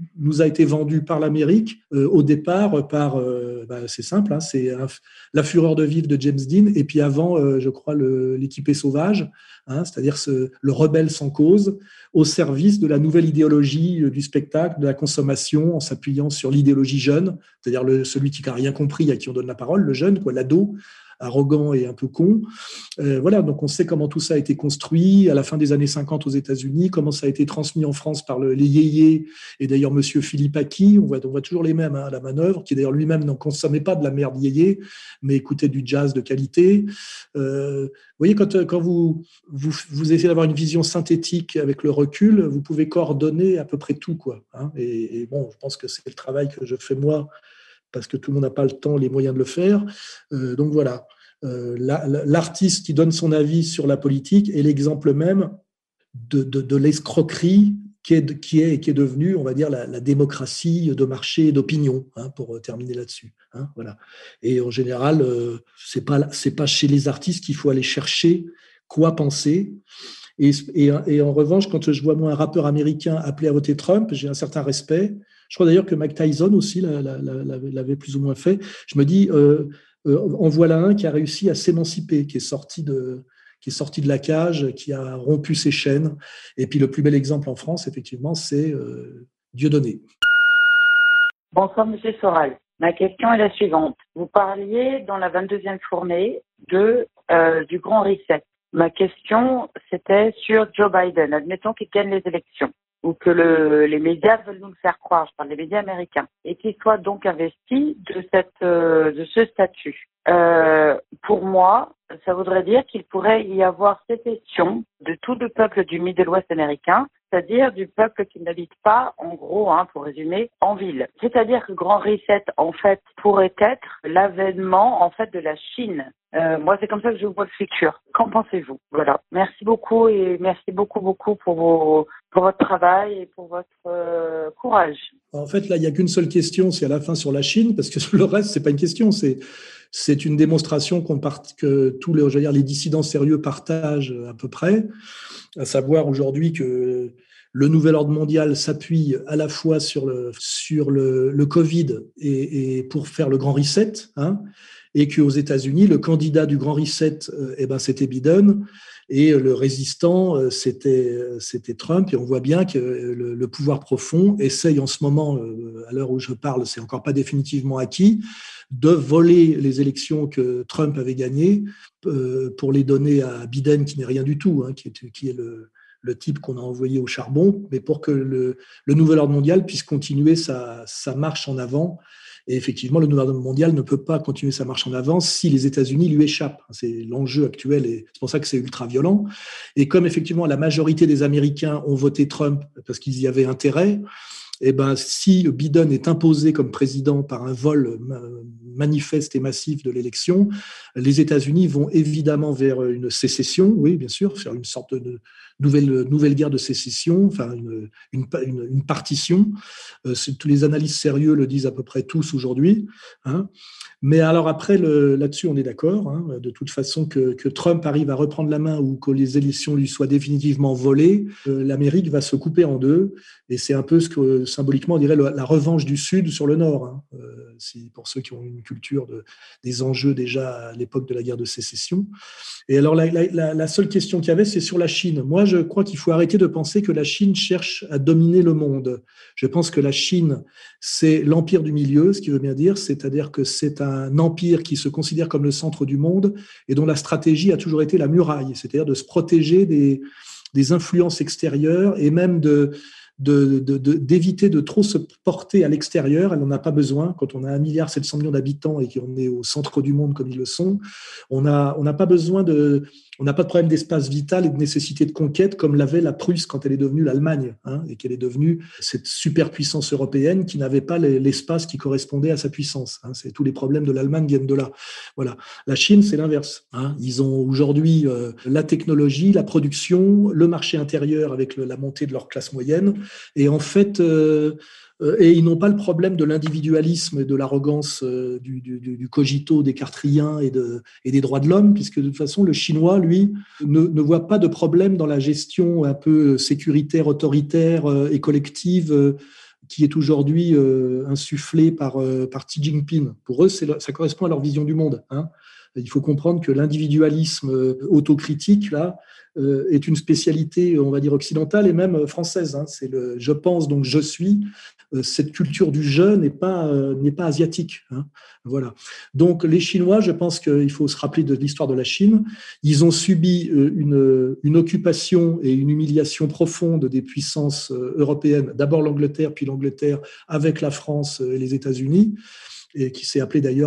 nous a été vendu par l'Amérique au départ par, c'est simple, hein, La fureur de vivre de James Dean, et puis avant, je crois, l'équipé sauvage, hein, c'est-à-dire le rebelle sans cause, au service de la nouvelle idéologie du spectacle, de la consommation, en s'appuyant sur l'idéologie jeune, c'est-à-dire celui qui n'a rien compris, à qui on donne la parole, le jeune, quoi, l'ado, arrogant et un peu con. Voilà, donc on sait comment tout ça a été construit à la fin des années 50 aux États-Unis, comment ça a été transmis en France par les yéyés, et d'ailleurs Monsieur Philippe Aki, on voit toujours les mêmes à la manœuvre, qui d'ailleurs lui-même n'en consommait pas de la merde yéyé, mais écoutait du jazz de qualité. Vous voyez, quand vous essayez d'avoir une vision synthétique avec le recul, vous pouvez coordonner à peu près tout, quoi, hein, et bon, je pense que c'est le travail que je fais moi, parce que tout le monde n'a pas le temps, les moyens de le faire. Donc voilà, l'artiste qui donne son avis sur la politique est l'exemple même de l'escroquerie qui est devenue, on va dire, la démocratie de marché et d'opinion, hein, pour terminer là-dessus. Hein, voilà. Et en général, c'est pas chez les artistes qu'il faut aller chercher quoi penser. Et en revanche, quand je vois moi un rappeur américain appelé à voter Trump, j'ai un certain respect. Je crois d'ailleurs que Mike Tyson aussi l'avait plus ou moins fait. Je me dis, en voilà un qui a réussi à s'émanciper, qui est sorti de la cage, qui a rompu ses chaînes. Et puis le plus bel exemple en France, effectivement, c'est Dieudonné. Bonsoir, Monsieur Soral. Ma question est la suivante. Vous parliez dans la 22e fournée du Grand Reset. Ma question, c'était sur Joe Biden. Admettons qu'il gagne les élections, ou que les médias veulent nous le faire croire, je parle des médias américains, et qu'il soit donc investi de ce statut. Pour moi, ça voudrait dire qu'il pourrait y avoir sécession de tout le peuple du Middle West américain, c'est-à-dire du peuple qui n'habite pas, en gros, pour résumer, en ville. C'est-à-dire que Grand Reset, en fait, pourrait être l'avènement, en fait, de la Chine. Moi, c'est comme ça que je vois le futur. Qu'en pensez-vous? Voilà. Merci beaucoup et merci beaucoup pour votre travail et pour votre courage. En fait, là, il n'y a qu'une seule question, c'est à la fin sur la Chine, parce que le reste, c'est pas une question, c'est une démonstration que tous les dissidents sérieux partagent à peu près, à savoir aujourd'hui que le nouvel ordre mondial s'appuie à la fois sur le Covid et pour faire le grand reset, hein, et qu'aux États-Unis, le candidat du grand reset, c'était Biden, et le résistant, c'était Trump. Et on voit bien que le pouvoir profond essaye en ce moment, à l'heure où je parle, c'est encore pas définitivement acquis, de voler les élections que Trump avait gagnées pour les donner à Biden, qui n'est rien du tout, hein, qui est le type qu'on a envoyé au charbon, mais pour que le nouvel ordre mondial puisse continuer sa marche en avant. Et effectivement, le nouvel ordre mondial ne peut pas continuer sa marche en avant si les États-Unis lui échappent. C'est l'enjeu actuel et c'est pour ça que c'est ultra violent. Et comme effectivement la majorité des Américains ont voté Trump parce qu'ils y avaient intérêt, si Biden est imposé comme président par un vol manifeste et massif de l'élection, les États-Unis vont évidemment vers une sécession, oui, bien sûr, faire une sorte de nouvelle guerre de sécession, enfin une partition. Tous les analystes sérieux le disent à peu près tous aujourd'hui, hein. Mais alors après, là-dessus, on est d'accord, hein, de toute façon, que Trump arrive à reprendre la main ou que les élections lui soient définitivement volées, l'Amérique va se couper en deux. Et c'est un peu ce que, symboliquement, on dirait la revanche du Sud sur le Nord, hein. Pour ceux qui ont une culture des enjeux déjà à l'époque de la guerre de sécession. Et alors, la seule question qu'il y avait, c'est sur la Chine. Moi, je crois qu'il faut arrêter de penser que la Chine cherche à dominer le monde. Je pense que la Chine, c'est l'empire du milieu, ce qui veut bien dire, c'est-à-dire que c'est un empire qui se considère comme le centre du monde et dont la stratégie a toujours été la muraille, c'est-à-dire de se protéger des influences extérieures et même d'éviter de trop se porter à l'extérieur. Elle n'en a pas besoin. Quand on a 1,7 milliard d'habitants et qu'on est au centre du monde comme ils le sont, on n'a pas besoin on n'a pas de problème d'espace vital et de nécessité de conquête comme l'avait la Prusse quand elle est devenue l'Allemagne, hein, et qu'elle est devenue cette superpuissance européenne qui n'avait pas l'espace qui correspondait à sa puissance, hein. Tous les problèmes de l'Allemagne viennent de là. Voilà. La Chine, c'est l'inverse, hein. Ils ont aujourd'hui la technologie, la production, le marché intérieur avec la montée de leur classe moyenne. Et en fait, et ils n'ont pas le problème de l'individualisme et de l'arrogance du cogito des cartriens et des droits de l'homme, puisque de toute façon, le Chinois, lui, ne voit pas de problème dans la gestion un peu sécuritaire, autoritaire et collective qui est aujourd'hui insufflé par Xi Jinping. Pour eux, ça correspond à leur vision du monde. Hein. Il faut comprendre que l'individualisme autocritique, là, est une spécialité, on va dire, occidentale et même française. Hein. C'est le « je pense, donc je suis ». Cette culture du « je » n'est pas asiatique. Hein. Voilà. Donc, les Chinois, je pense qu'il faut se rappeler de l'histoire de la Chine. Ils ont subi une occupation et une humiliation profonde des puissances européennes, d'abord l'Angleterre, puis l'Angleterre avec la France et les États-Unis, et qui s'est appelé d'ailleurs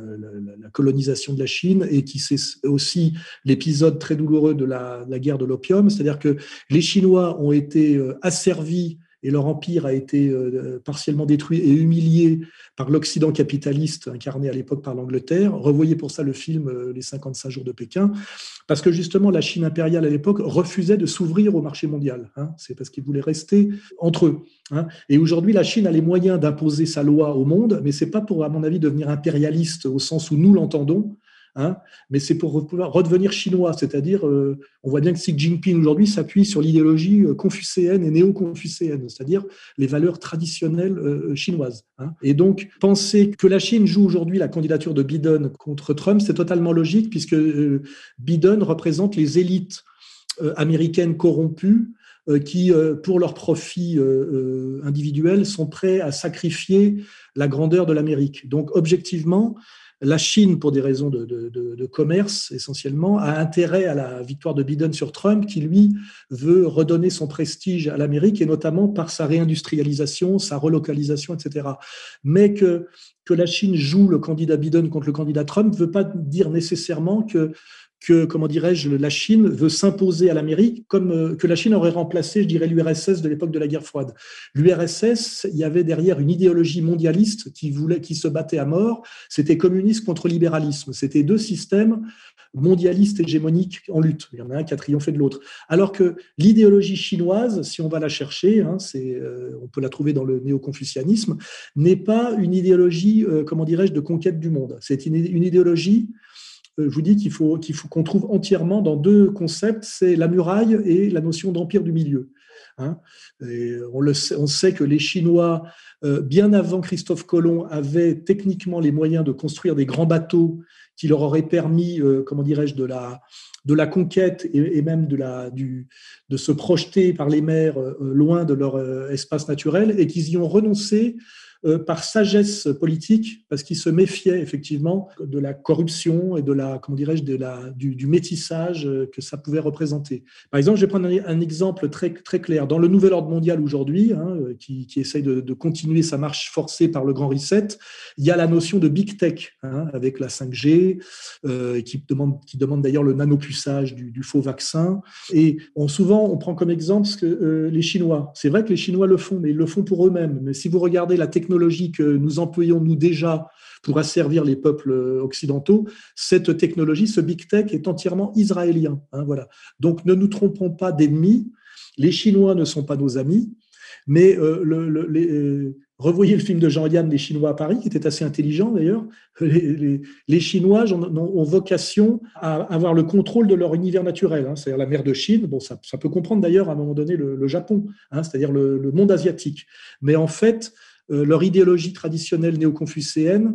la colonisation de la Chine, et qui c'est aussi l'épisode très douloureux de la guerre de l'opium, c'est-à-dire que les Chinois ont été asservis et leur empire a été partiellement détruit et humilié par l'Occident capitaliste incarné à l'époque par l'Angleterre. Revoyez pour ça le film Les 55 jours de Pékin, parce que justement la Chine impériale à l'époque refusait de s'ouvrir au marché mondial. Hein. C'est parce qu'ils voulaient rester entre eux. Hein. Et aujourd'hui, la Chine a les moyens d'imposer sa loi au monde, mais ce n'est pas pour, à mon avis, devenir impérialiste au sens où nous l'entendons, hein, mais c'est pour pouvoir redevenir chinois, c'est-à-dire, on voit bien que Xi Jinping aujourd'hui s'appuie sur l'idéologie confucéenne et néo-confucéenne, c'est-à-dire les valeurs traditionnelles chinoises. Hein. Et donc, penser que la Chine joue aujourd'hui la candidature de Biden contre Trump, c'est totalement logique, puisque Biden représente les élites américaines corrompues qui, pour leur profit individuel, sont prêts à sacrifier la grandeur de l'Amérique. Donc, objectivement, la Chine, pour des raisons de commerce essentiellement, a intérêt à la victoire de Biden sur Trump, qui lui veut redonner son prestige à l'Amérique, et notamment par sa réindustrialisation, sa relocalisation, etc. Mais que la Chine joue le candidat Biden contre le candidat Trump ne veut pas dire nécessairement que comment dirais-je, la Chine veut s'imposer à l'Amérique, comme que la Chine aurait remplacé, je dirais, l'URSS de l'époque de la guerre froide. L'URSS, il y avait derrière une idéologie mondialiste qui se battait à mort. C'était communisme contre libéralisme. C'était deux systèmes mondialistes hégémoniques en lutte. Il y en a un qui a triomphé de l'autre. Alors que l'idéologie chinoise, si on va la chercher, hein, on peut la trouver dans le néo-confucianisme, n'est pas une idéologie, comment dirais-je, de conquête du monde. C'est une idéologie, je vous dis qu'il faut qu'on trouve entièrement dans deux concepts, c'est la muraille et la notion d'empire du milieu. Hein. Et on sait que les Chinois, bien avant Christophe Colomb, avaient techniquement les moyens de construire des grands bateaux qui leur auraient permis, comment dirais-je, de la conquête et même de se projeter par les mers loin de leur espace naturel, et qu'ils y ont renoncé par sagesse politique, parce qu'ils se méfiaient effectivement de la corruption et de la, comment dirais-je, du métissage que ça pouvait représenter. Par exemple, je vais prendre un exemple très, très clair. Dans le nouvel ordre mondial aujourd'hui, hein, qui essaye de continuer sa marche forcée par le grand reset, il y a la notion de big tech, hein, avec la 5G, qui demande d'ailleurs le nanopuçage du faux vaccin. Et souvent, on prend comme exemple les Chinois. C'est vrai que les Chinois le font, mais ils le font pour eux-mêmes. Mais si vous regardez la technologie que nous employons, nous, déjà, pour asservir les peuples occidentaux, cette technologie, ce big tech, est entièrement israélien. Hein, voilà. Donc, ne nous trompons pas d'ennemis. Les Chinois ne sont pas nos amis, mais revoyez le film de Jean-Yann, Les Chinois à Paris, qui était assez intelligent d'ailleurs. Les Chinois ont vocation à avoir le contrôle de leur univers naturel, hein, c'est-à-dire la mer de Chine. Bon, ça peut comprendre d'ailleurs à un moment donné le Japon, hein, c'est-à-dire le monde asiatique. Mais en fait, leur idéologie traditionnelle néo-confucéenne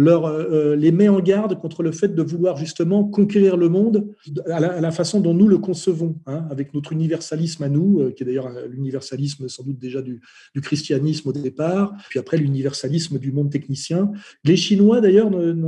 les met en garde contre le fait de vouloir justement conquérir le monde à la façon dont nous le concevons, hein, avec notre universalisme à nous, qui est d'ailleurs l'universalisme sans doute déjà du christianisme au départ, puis après l'universalisme du monde technicien. Les Chinois d'ailleurs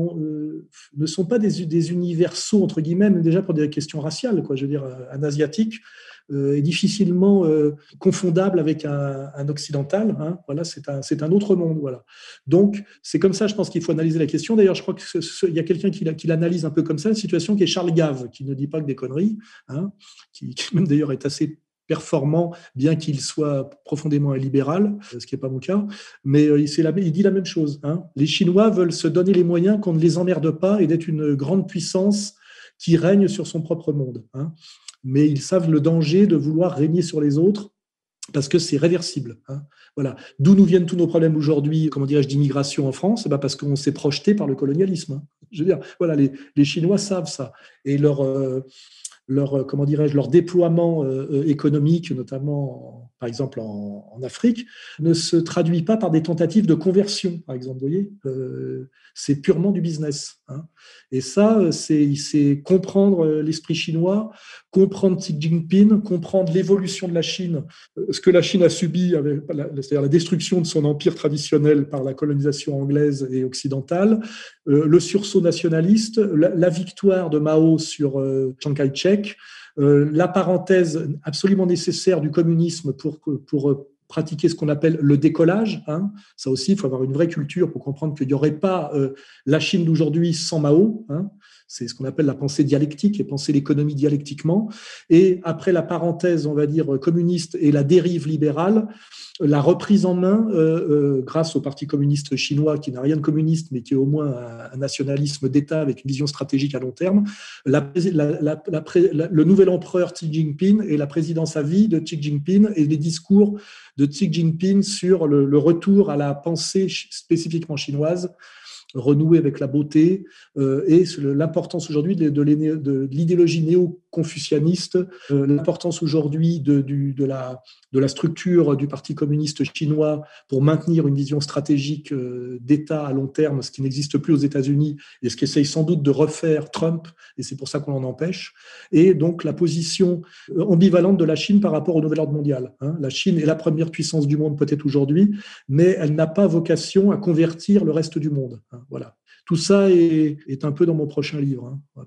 ne sont pas des universaux, entre guillemets, mais déjà pour des questions raciales, quoi. Je veux dire, un asiatique est difficilement confondable avec un occidental. Hein. Voilà, c'est un autre monde. Voilà. Donc, c'est comme ça, je pense qu'il faut analyser la question. D'ailleurs, je crois qu'il y a quelqu'un qui l'analyse un peu comme ça, une situation qui est Charles Gave, qui ne dit pas que des conneries, hein, qui même d'ailleurs est assez performant, bien qu'il soit profondément illibéral, ce qui n'est pas mon cas, mais il dit la même chose. Hein. Les Chinois veulent se donner les moyens qu'on ne les emmerde pas et d'être une grande puissance qui règne sur son propre monde. Hein. Mais ils savent le danger de vouloir régner sur les autres parce que c'est réversible. Hein. Voilà. D'où nous viennent tous nos problèmes aujourd'hui, comment dirais-je, d'immigration en France, parce qu'on s'est projeté par le colonialisme. Hein. Je veux dire, voilà, les Chinois savent ça. Et comment dirais-je, leur déploiement économique, notamment par exemple en Afrique, ne se traduit pas par des tentatives de conversion, par exemple. Vous voyez, c'est purement du business. Hein. Et ça, c'est comprendre l'esprit chinois, comprendre Xi Jinping, comprendre l'évolution de la Chine, ce que la Chine a subi, c'est-à-dire la destruction de son empire traditionnel par la colonisation anglaise et occidentale, le sursaut nationaliste, la victoire de Mao sur Chiang Kai-shek, la parenthèse absolument nécessaire du communisme pour pratiquer ce qu'on appelle le décollage. Hein. Ça aussi, il faut avoir une vraie culture pour comprendre qu'il n'y aurait pas la Chine d'aujourd'hui sans Mao. Hein. C'est ce qu'on appelle la pensée dialectique et penser l'économie dialectiquement. Et après la parenthèse, on va dire, communiste et la dérive libérale, la reprise en main, grâce au Parti communiste chinois, qui n'a rien de communiste, mais qui est au moins un nationalisme d'État avec une vision stratégique à long terme, le nouvel empereur Xi Jinping et la présidence à vie de Xi Jinping et les discours de Xi Jinping sur le retour à la pensée spécifiquement chinoise, renouer avec la beauté, et l'importance aujourd'hui de l'idéologie néo-confucianiste, l'importance aujourd'hui de la structure du Parti communiste chinois pour maintenir une vision stratégique d'État à long terme, ce qui n'existe plus aux États-Unis et ce qu'essaye sans doute de refaire Trump, et c'est pour ça qu'on l'en empêche, et donc la position ambivalente de la Chine par rapport au nouvel ordre mondial. Hein. La Chine est la première puissance du monde peut-être aujourd'hui, mais elle n'a pas vocation à convertir le reste du monde. Hein. Voilà. Tout ça est un peu dans mon prochain livre. Hein. Voilà.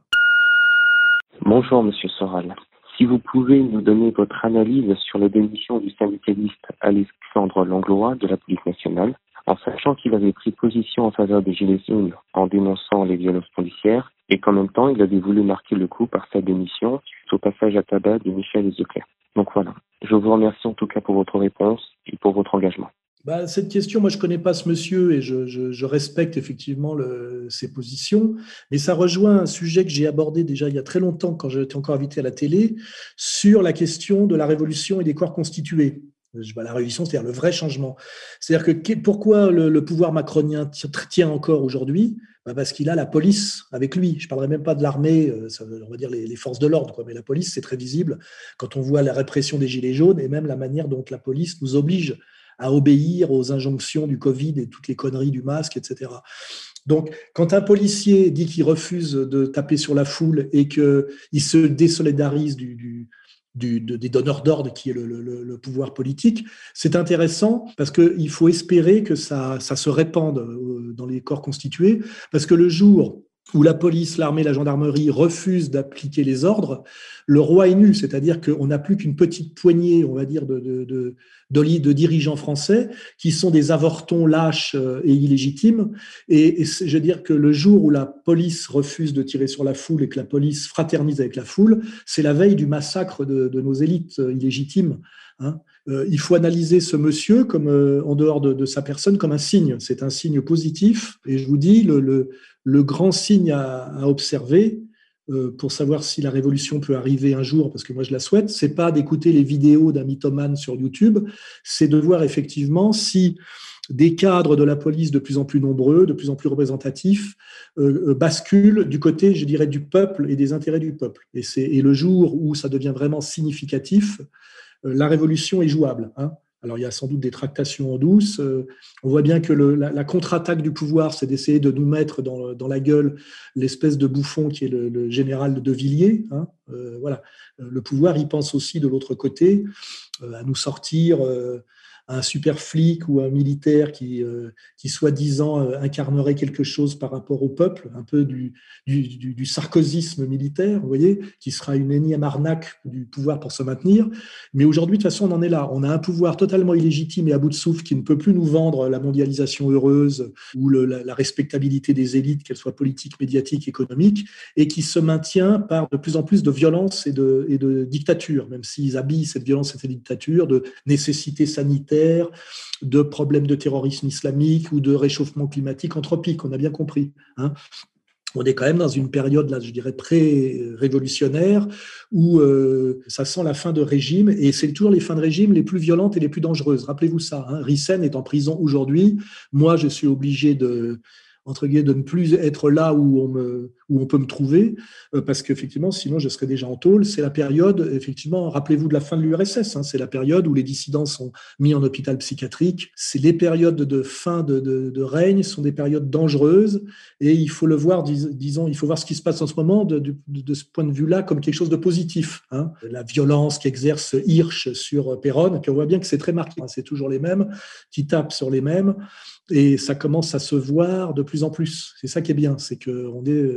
Bonjour, Monsieur Soral. Si vous pouvez nous donner votre analyse sur la démission du syndicaliste Alexandre Langlois de la police nationale, en sachant qu'il avait pris position en faveur des Gilets jaunes en dénonçant les violences policières, et qu'en même temps, il avait voulu marquer le coup par sa démission suite au passage à tabac de Michel Zecler. Donc voilà. Je vous remercie en tout cas pour votre réponse et pour votre engagement. Cette question, moi, je ne connais pas ce monsieur et je respecte effectivement ses positions, mais ça rejoint un sujet que j'ai abordé déjà il y a très longtemps quand j'étais encore invité à la télé sur la question de la révolution et des corps constitués. La révolution, c'est-à-dire le vrai changement. C'est-à-dire que pourquoi le pouvoir macronien tient encore aujourd'hui ? Parce qu'il a la police avec lui. Je ne parlerai même pas de l'armée, on va dire les forces de l'ordre, mais la police, c'est très visible quand on voit la répression des Gilets jaunes et même la manière dont la police nous oblige à obéir aux injonctions du Covid et toutes les conneries du masque, etc. Donc, quand un policier dit qu'il refuse de taper sur la foule et qu'il se désolidarise des donneurs d'ordre qui est le pouvoir politique, c'est intéressant parce qu'il faut espérer que ça se répande dans les corps constitués, parce que le jour où la police, l'armée, la gendarmerie refusent d'appliquer les ordres, le roi est nu, c'est-à-dire qu'on n'a plus qu'une petite poignée, on va dire, de dirigeants français qui sont des avortons lâches et illégitimes. Et je veux dire que le jour où la police refuse de tirer sur la foule et que la police fraternise avec la foule, c'est la veille du massacre de nos élites illégitimes. Hein. Il faut analyser ce monsieur comme, en dehors de sa personne, comme un signe. C'est un signe positif. Et je vous dis, le grand signe à observer pour savoir si la révolution peut arriver un jour, parce que moi je la souhaite, c'est pas d'écouter les vidéos d'un mythomane sur YouTube, c'est de voir effectivement si des cadres de la police de plus en plus nombreux, de plus en plus représentatifs, basculent du côté, je dirais, du peuple et des intérêts du peuple. Et le jour où ça devient vraiment significatif, la révolution est jouable. Hein. Alors, il y a sans doute des tractations en douce. On voit bien que la contre-attaque du pouvoir, c'est d'essayer de nous mettre dans la gueule l'espèce de bouffon qui est le général de Villiers. Hein. Voilà. Le pouvoir, il pense aussi de l'autre côté à nous sortir un super flic ou un militaire qui soi-disant incarnerait quelque chose par rapport au peuple, un peu du sarkozysme militaire, vous voyez, qui sera une énième arnaque du pouvoir pour se maintenir. Mais aujourd'hui, de toute façon, on en est là. On a un pouvoir totalement illégitime et à bout de souffle qui ne peut plus nous vendre la mondialisation heureuse ou la respectabilité des élites, qu'elles soient politiques, médiatiques, économiques, et qui se maintient par de plus en plus de violence et de dictature, même s'ils habillent cette violence et cette dictature de nécessité sanitaire, de problèmes de terrorisme islamique ou de réchauffement climatique anthropique, on a bien compris. Hein. On est quand même dans une période, là, je dirais, pré-révolutionnaire où ça sent la fin de régime, et c'est toujours les fins de régime les plus violentes et les plus dangereuses. Rappelez-vous ça. Hein. Rissen est en prison aujourd'hui. Moi, je suis obligé entre guillemets, de ne plus être là où on peut me trouver, parce qu'effectivement, sinon je serais déjà en tôle. C'est la période, effectivement, rappelez-vous de la fin de l'URSS, hein, c'est la période où les dissidents sont mis en hôpital psychiatrique. C'est les périodes de fin de règne, sont des périodes dangereuses, et il faut le voir, disons, il faut voir ce qui se passe en ce moment de ce point de vue-là comme quelque chose de positif. Hein. La violence qu'exerce Hirsch sur Péronne, et puis on voit bien que c'est très marqué, hein, c'est toujours les mêmes qui tapent sur les mêmes. Et ça commence à se voir de plus en plus. C'est ça qui est bien, c'est que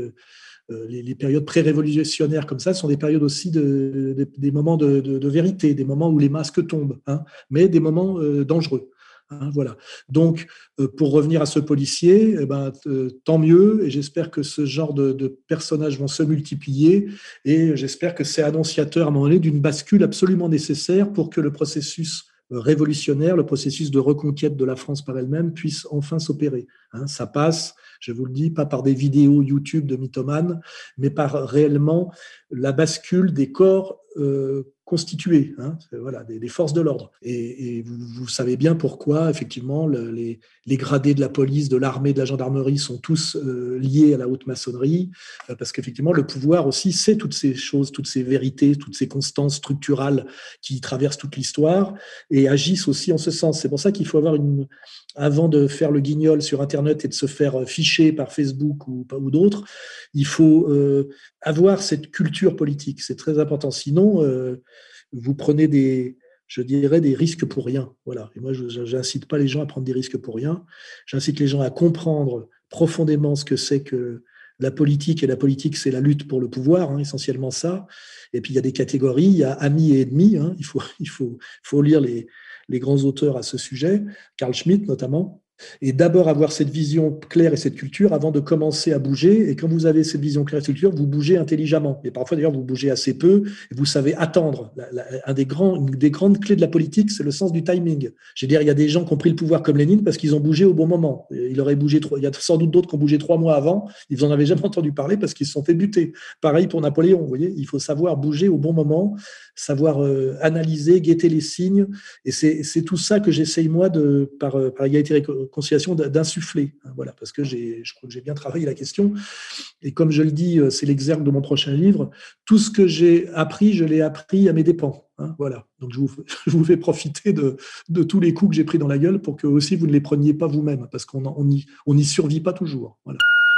les périodes pré-révolutionnaires comme ça sont des périodes aussi des moments de vérité, des moments où les masques tombent, hein, mais des moments dangereux. Hein, voilà. Donc, pour revenir à ce policier, tant mieux, et j'espère que ce genre de personnages vont se multiplier, et j'espère que c'est annonciateur à un moment donné d'une bascule absolument nécessaire pour que le processus révolutionnaire, le processus de reconquête de la France par elle-même puisse enfin s'opérer. Hein, ça passe, je vous le dis, pas par des vidéos YouTube de mythomanes, mais par réellement la bascule des corps constitués, hein, voilà, des forces de l'ordre. Et vous savez bien pourquoi, effectivement, les gradés de la police, de l'armée, de la gendarmerie sont tous liés à la haute maçonnerie, parce qu'effectivement, le pouvoir aussi sait toutes ces choses, toutes ces vérités, toutes ces constances structurales qui traversent toute l'histoire et agissent aussi en ce sens. C'est pour ça qu'il faut avoir avant de faire le guignol sur Internet et de se faire ficher par Facebook ou d'autres, il faut avoir cette culture politique. C'est très important. Sinon, vous prenez des risques pour rien. Voilà. Et moi, je n'incite pas les gens à prendre des risques pour rien. J'incite les gens à comprendre profondément ce que c'est que la politique. Et la politique, c'est la lutte pour le pouvoir, hein, essentiellement ça. Et puis, il y a des catégories. Il y a amis et ennemis. Hein. Il faut lire les grands auteurs à ce sujet, Carl Schmitt notamment, et d'abord avoir cette vision claire et cette culture avant de commencer à bouger. Et quand vous avez cette vision claire et cette culture, vous bougez intelligemment. Et parfois, d'ailleurs, vous bougez assez peu et vous savez attendre. Une des grandes clés de la politique, c'est le sens du timing. Je veux dire, il y a des gens qui ont pris le pouvoir comme Lénine parce qu'ils ont bougé au bon moment. Il y a sans doute d'autres qui ont bougé 3 mois avant. Ils n'en avaient jamais entendu parler parce qu'ils se sont fait buter. Pareil pour Napoléon, vous voyez, il faut savoir bouger au bon moment, savoir analyser, guetter les signes. Et c'est tout ça que j'essaye, moi, par égalité et réconciliation, d'insuffler. Voilà, parce que je crois que j'ai bien travaillé la question. Et comme je le dis, c'est l'exergue de mon prochain livre. Tout ce que j'ai appris, je l'ai appris à mes dépens. Hein, voilà. Donc, je vous fais profiter de tous les coups que j'ai pris dans la gueule pour que aussi vous ne les preniez pas vous-même, parce qu'on n'y survit pas toujours. Voilà.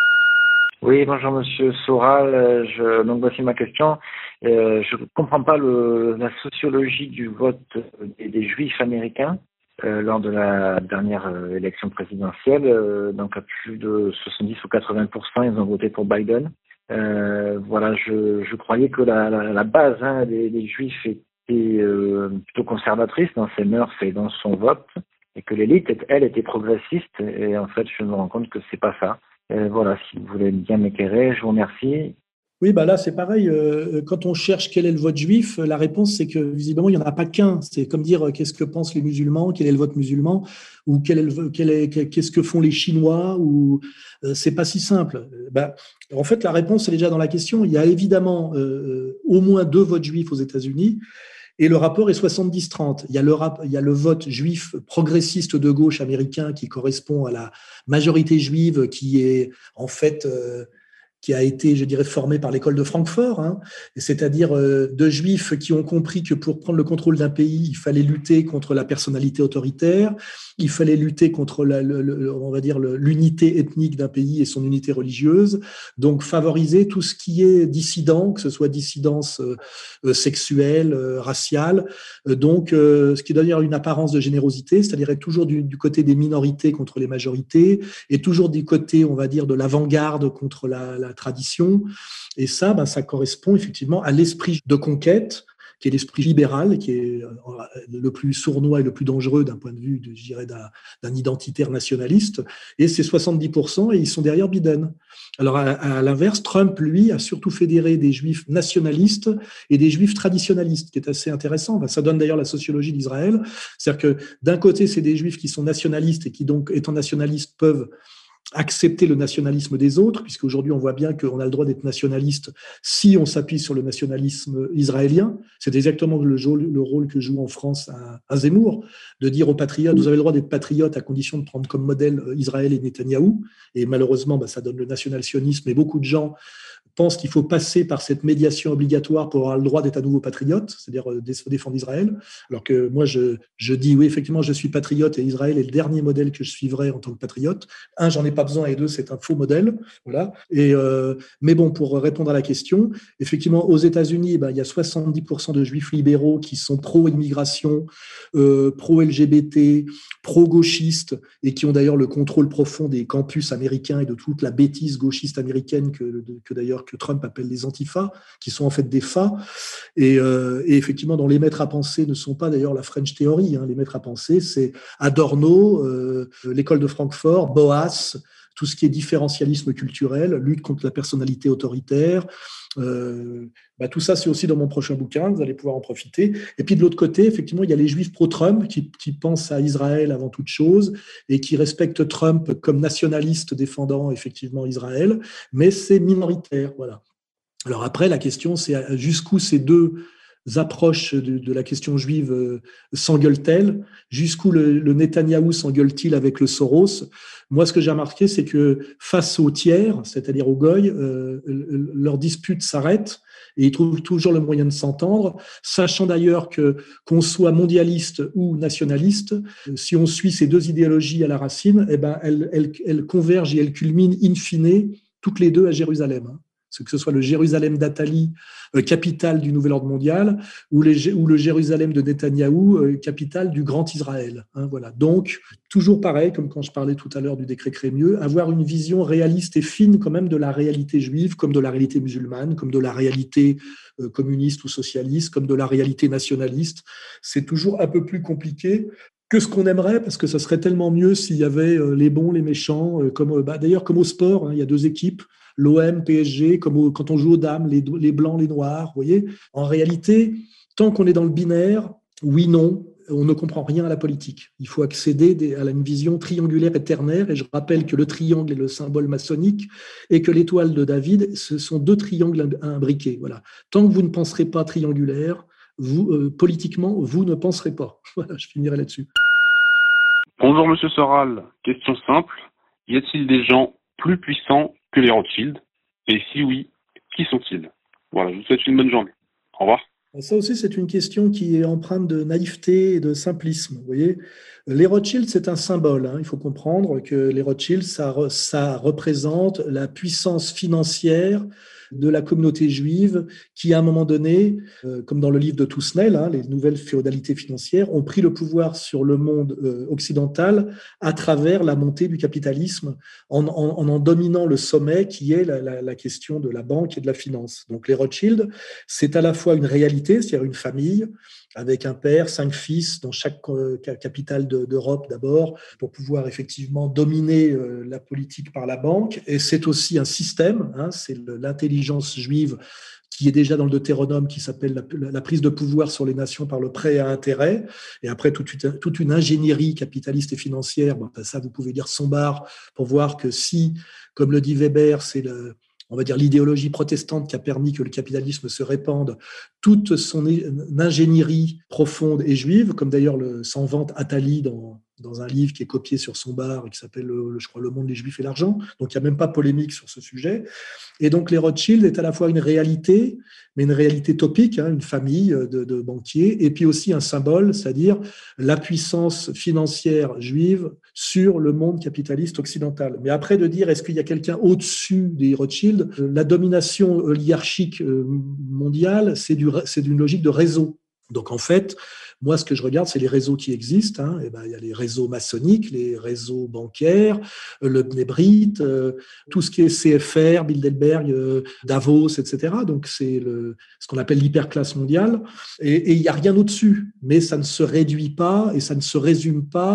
Oui, bonjour Monsieur Soral. Donc voici ma question. Je ne comprends pas la sociologie du vote des Juifs américains lors de la dernière élection présidentielle. Donc à plus de 70 ou 80%, ils ont voté pour Biden. Voilà, je croyais que la base des Juifs était plutôt conservatrice dans ses mœurs et dans son vote, et que l'élite, elle, était progressiste. Et en fait, je me rends compte que c'est pas ça. Voilà, si vous voulez bien m'éclairer, je vous remercie. Oui, là, c'est pareil. Quand on cherche quel est le vote juif, la réponse, c'est que visiblement, il n'y en a pas qu'un. C'est comme dire qu'est-ce que pensent les musulmans, quel est le vote musulman, ou qu'est-ce que font les Chinois, ou c'est pas si simple. En fait, la réponse, elle est déjà dans la question. Il y a évidemment au moins 2 votes juifs aux États-Unis. Et le rapport est 70-30. Il y a le vote juif progressiste de gauche américain qui correspond à la majorité juive qui est en fait qui a été, je dirais, formé par l'école de Francfort, hein, c'est-à-dire de juifs qui ont compris que pour prendre le contrôle d'un pays, il fallait lutter contre la personnalité autoritaire, il fallait lutter contre on va dire l'unité ethnique d'un pays et son unité religieuse, donc favoriser tout ce qui est dissident, que ce soit dissidence sexuelle, raciale, ce qui donne d'ailleurs une apparence de générosité, c'est-à-dire être toujours du côté des minorités contre les majorités, et toujours du côté, on va dire, de l'avant-garde contre la tradition. Et ça, ça correspond effectivement à l'esprit de conquête, qui est l'esprit libéral, qui est le plus sournois et le plus dangereux d'un point de vue, je dirais, d'un identitaire nationaliste. Et c'est 70%, et ils sont derrière Biden. Alors, à l'inverse, Trump, lui, a surtout fédéré des juifs nationalistes et des juifs traditionnalistes, qui est assez intéressant. Ça donne d'ailleurs la sociologie d'Israël. C'est-à-dire que d'un côté, c'est des juifs qui sont nationalistes et qui, donc, étant nationalistes, peuvent accepter le nationalisme des autres, puisqu'aujourd'hui on voit bien qu'on a le droit d'être nationaliste si on s'appuie sur le nationalisme israélien. C'est exactement le rôle que joue en France à Zemmour, de dire aux patriotes, vous avez le droit d'être patriote à condition de prendre comme modèle Israël et Netanyahou. Et malheureusement, ça donne le national-sionisme, et beaucoup de gens pensent qu'il faut passer par cette médiation obligatoire pour avoir le droit d'être à nouveau patriote, c'est-à-dire défendre Israël, alors que moi je dis oui, effectivement je suis patriote et Israël est le dernier modèle que je suivrai en tant que patriote. Un, j'en ai pas besoin, et deux, c'est un faux modèle, voilà. Mais bon, pour répondre à la question, effectivement aux États-Unis, il y a 70% de juifs libéraux qui sont pro-immigration, pro-LGBT, pro-gauchistes, et qui ont d'ailleurs le contrôle profond des campus américains et de toute la bêtise gauchiste américaine que d'ailleurs que Trump appelle les antifas, qui sont en fait des fas, et effectivement dont les maîtres à penser ne sont pas d'ailleurs la French Theory, les maîtres à penser c'est Adorno, l'école de Francfort, Boas, tout ce qui est différentialisme culturel, lutte contre la personnalité autoritaire. Tout ça, c'est aussi dans mon prochain bouquin, vous allez pouvoir en profiter. Et puis de l'autre côté, effectivement, il y a les juifs pro-Trump qui pensent à Israël avant toute chose et qui respectent Trump comme nationaliste défendant effectivement Israël, mais c'est minoritaire. Voilà. Alors après, la question, c'est jusqu'où ces deux approches de la question juive s'engueulent-elles, jusqu'où le Netanyahou s'engueule-t-il avec le Soros. Moi, ce que j'ai remarqué, c'est que face aux tiers, c'est-à-dire aux goy, leur dispute s'arrête et ils trouvent toujours le moyen de s'entendre, sachant d'ailleurs qu'on soit mondialiste ou nationaliste, si on suit ces deux idéologies à la racine, elles convergent et elles culminent in fine toutes les deux à Jérusalem. Que ce soit le Jérusalem d'Atali, capitale du nouvel ordre mondial, ou le Jérusalem de Netanyahou, capitale du grand Israël. Voilà. Donc, toujours pareil, comme quand je parlais tout à l'heure du décret Crémieux, avoir une vision réaliste et fine quand même de la réalité juive, comme de la réalité musulmane, comme de la réalité communiste ou socialiste, comme de la réalité nationaliste. C'est toujours un peu plus compliqué que ce qu'on aimerait, parce que ça serait tellement mieux s'il y avait les bons, les méchants, d'ailleurs comme au sport, il y a deux équipes, l'OM, PSG, comme quand on joue aux dames, les blancs, les noirs, vous voyez. En réalité, tant qu'on est dans le binaire, oui, non, on ne comprend rien à la politique. Il faut accéder à une vision triangulaire et ternaire, et je rappelle que le triangle est le symbole maçonnique, et que l'étoile de David, ce sont deux triangles imbriqués. Voilà. Tant que vous ne penserez pas triangulaire, vous, politiquement, vous ne penserez pas. Voilà, je finirai là-dessus. Bonjour Monsieur Soral, question simple, y a-t-il des gens plus puissants que les Rothschild? Et si oui, qui sont-ils? Voilà, je vous souhaite une bonne journée. Au revoir. Ça aussi, c'est une question qui est empreinte de naïveté et de simplisme. Vous voyez, les Rothschild, c'est un symbole. Il faut comprendre que les Rothschild, ça représente la puissance financière de la communauté juive qui, à un moment donné, comme dans le livre de Tousnel, les nouvelles féodalités financières, ont pris le pouvoir sur le monde occidental à travers la montée du capitalisme, en dominant le sommet qui est la question de la banque et de la finance. Donc les Rothschild, c'est à la fois une réalité, c'est-à-dire une famille, avec un père, 5 fils dans chaque capitale d'Europe d'abord, pour pouvoir effectivement dominer la politique par la banque. Et c'est aussi un système, c'est l'intelligence juive qui est déjà dans le Deutéronome, qui s'appelle la prise de pouvoir sur les nations par le prêt à intérêt. Et après, toute une ingénierie capitaliste et financière, ça vous pouvez lire Sombart pour voir que si, comme le dit Weber, c'est on va dire l'idéologie protestante qui a permis que le capitalisme se répande, toute son ingénierie profonde et juive, comme d'ailleurs s'en vante Attali dans un livre qui est copié sur Sombart et qui s'appelle, je crois, Le monde des Juifs et l'argent. Donc, il n'y a même pas polémique sur ce sujet. Et donc, les Rothschild est à la fois une réalité, mais une réalité topique, une famille de banquiers, et puis aussi un symbole, c'est-à-dire la puissance financière juive sur le monde capitaliste occidental. Mais après, de dire, est-ce qu'il y a quelqu'un au-dessus des Rothschild? La domination oligarchique mondiale, c'est d'une logique de réseau. Donc, en fait, moi, ce que je regarde, c'est les réseaux qui existent. Il y a les réseaux maçonniques, les réseaux bancaires, le Bnei Brit, tout ce qui est CFR, Bilderberg, Davos, etc. Donc, c'est ce qu'on appelle l'hyperclasse mondiale. Et il n'y a rien au-dessus. Mais ça ne se réduit pas et ça ne se résume pas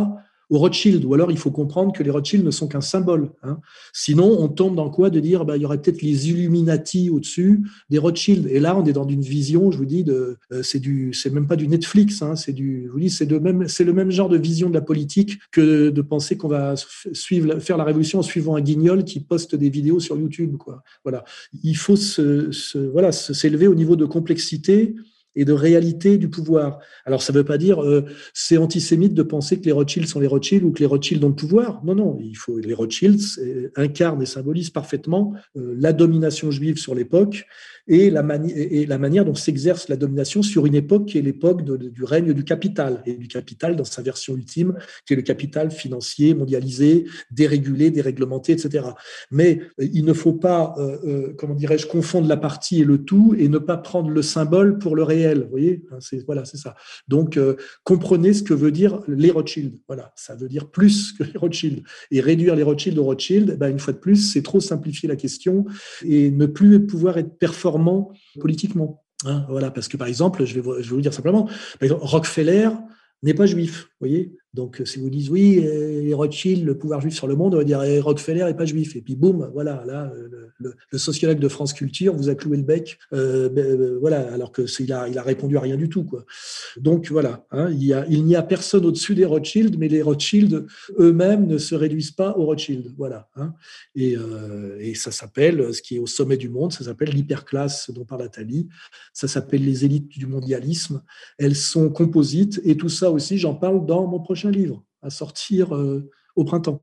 aux Rothschild, ou alors il faut comprendre que les Rothschild ne sont qu'un symbole. Hein. Sinon, on tombe dans quoi de dire il y aurait peut-être les Illuminati au-dessus des Rothschild. Et là, on est dans une vision, je vous dis, c'est même pas du Netflix, hein, je vous dis, c'est le même genre de vision de la politique que de penser qu'on va faire la révolution en suivant un guignol qui poste des vidéos sur YouTube, quoi. Voilà. Il faut s'élever au niveau de complexité et de réalité du pouvoir. Alors, ça ne veut pas dire c'est antisémite de penser que les Rothschild sont les Rothschild ou que les Rothschild ont le pouvoir. Non, non, les Rothschild incarnent et symbolisent parfaitement la domination juive sur l'époque et la manière dont s'exerce la domination sur une époque qui est l'époque du règne du capital, et du capital dans sa version ultime, qui est le capital financier, mondialisé, dérégulé, déréglementé, etc. Mais il ne faut pas, confondre la partie et le tout et ne pas prendre le symbole pour le réel. Vous voyez, c'est ça. Donc, comprenez ce que veut dire les Rothschild. Voilà, ça veut dire plus que les Rothschild. Et réduire les Rothschild aux Rothschild, une fois de plus, c'est trop simplifier la question et ne plus pouvoir être performant politiquement. Hein, voilà, parce que par exemple, je vais vous dire simplement, par exemple, Rockefeller n'est pas juif, vous voyez. Donc, si vous dites oui, les Rothschild, le pouvoir juif sur le monde, on va dire Rockefeller n'est pas juif. Et puis, boum, voilà, là, le sociologue de France Culture vous a cloué le bec, voilà, alors qu'il a répondu à rien du tout, quoi. Donc, voilà, hein, il n'y a personne au-dessus des Rothschild, mais les Rothschild eux-mêmes ne se réduisent pas aux Rothschild, voilà. Hein. Et ça s'appelle, ce qui est au sommet du monde, ça s'appelle l'hyperclasse dont parle Attali, ça s'appelle les élites du mondialisme. Elles sont composites, et tout ça aussi, j'en parle dans mon prochain livre à sortir au printemps.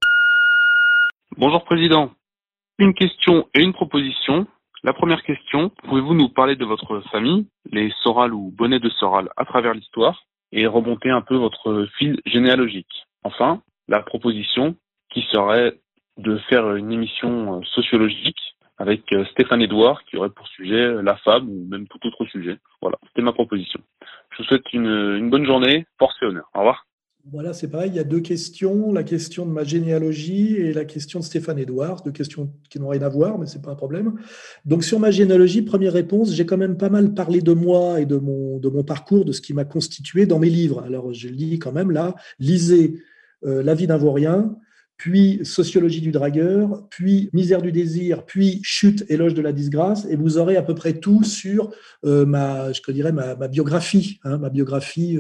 Bonjour Président. Une question et une proposition. La première question, pouvez-vous nous parler de votre famille, les Soral ou Bonnet de Soral, à travers l'histoire et remonter un peu votre fil généalogique. Enfin, la proposition qui serait de faire une émission sociologique avec Stéphane Edouard qui aurait pour sujet la femme ou même tout autre sujet. Voilà, c'était ma proposition. Je vous souhaite une bonne journée, force et honneur. Au revoir. Voilà, c'est pareil, il y a deux questions, la question de ma généalogie et la question de Stéphane Edouard, deux questions qui n'ont rien à voir, mais ce n'est pas un problème. Donc sur ma généalogie, première réponse, j'ai quand même pas mal parlé de moi et de mon parcours, de ce qui m'a constitué dans mes livres. Alors je le dis quand même là, lisez La vie d'un vaurien, puis Sociologie du dragueur, puis Misère du désir, puis Chute, éloge de la disgrâce, et vous aurez à peu près tout sur ma biographie, hein, ma biographie.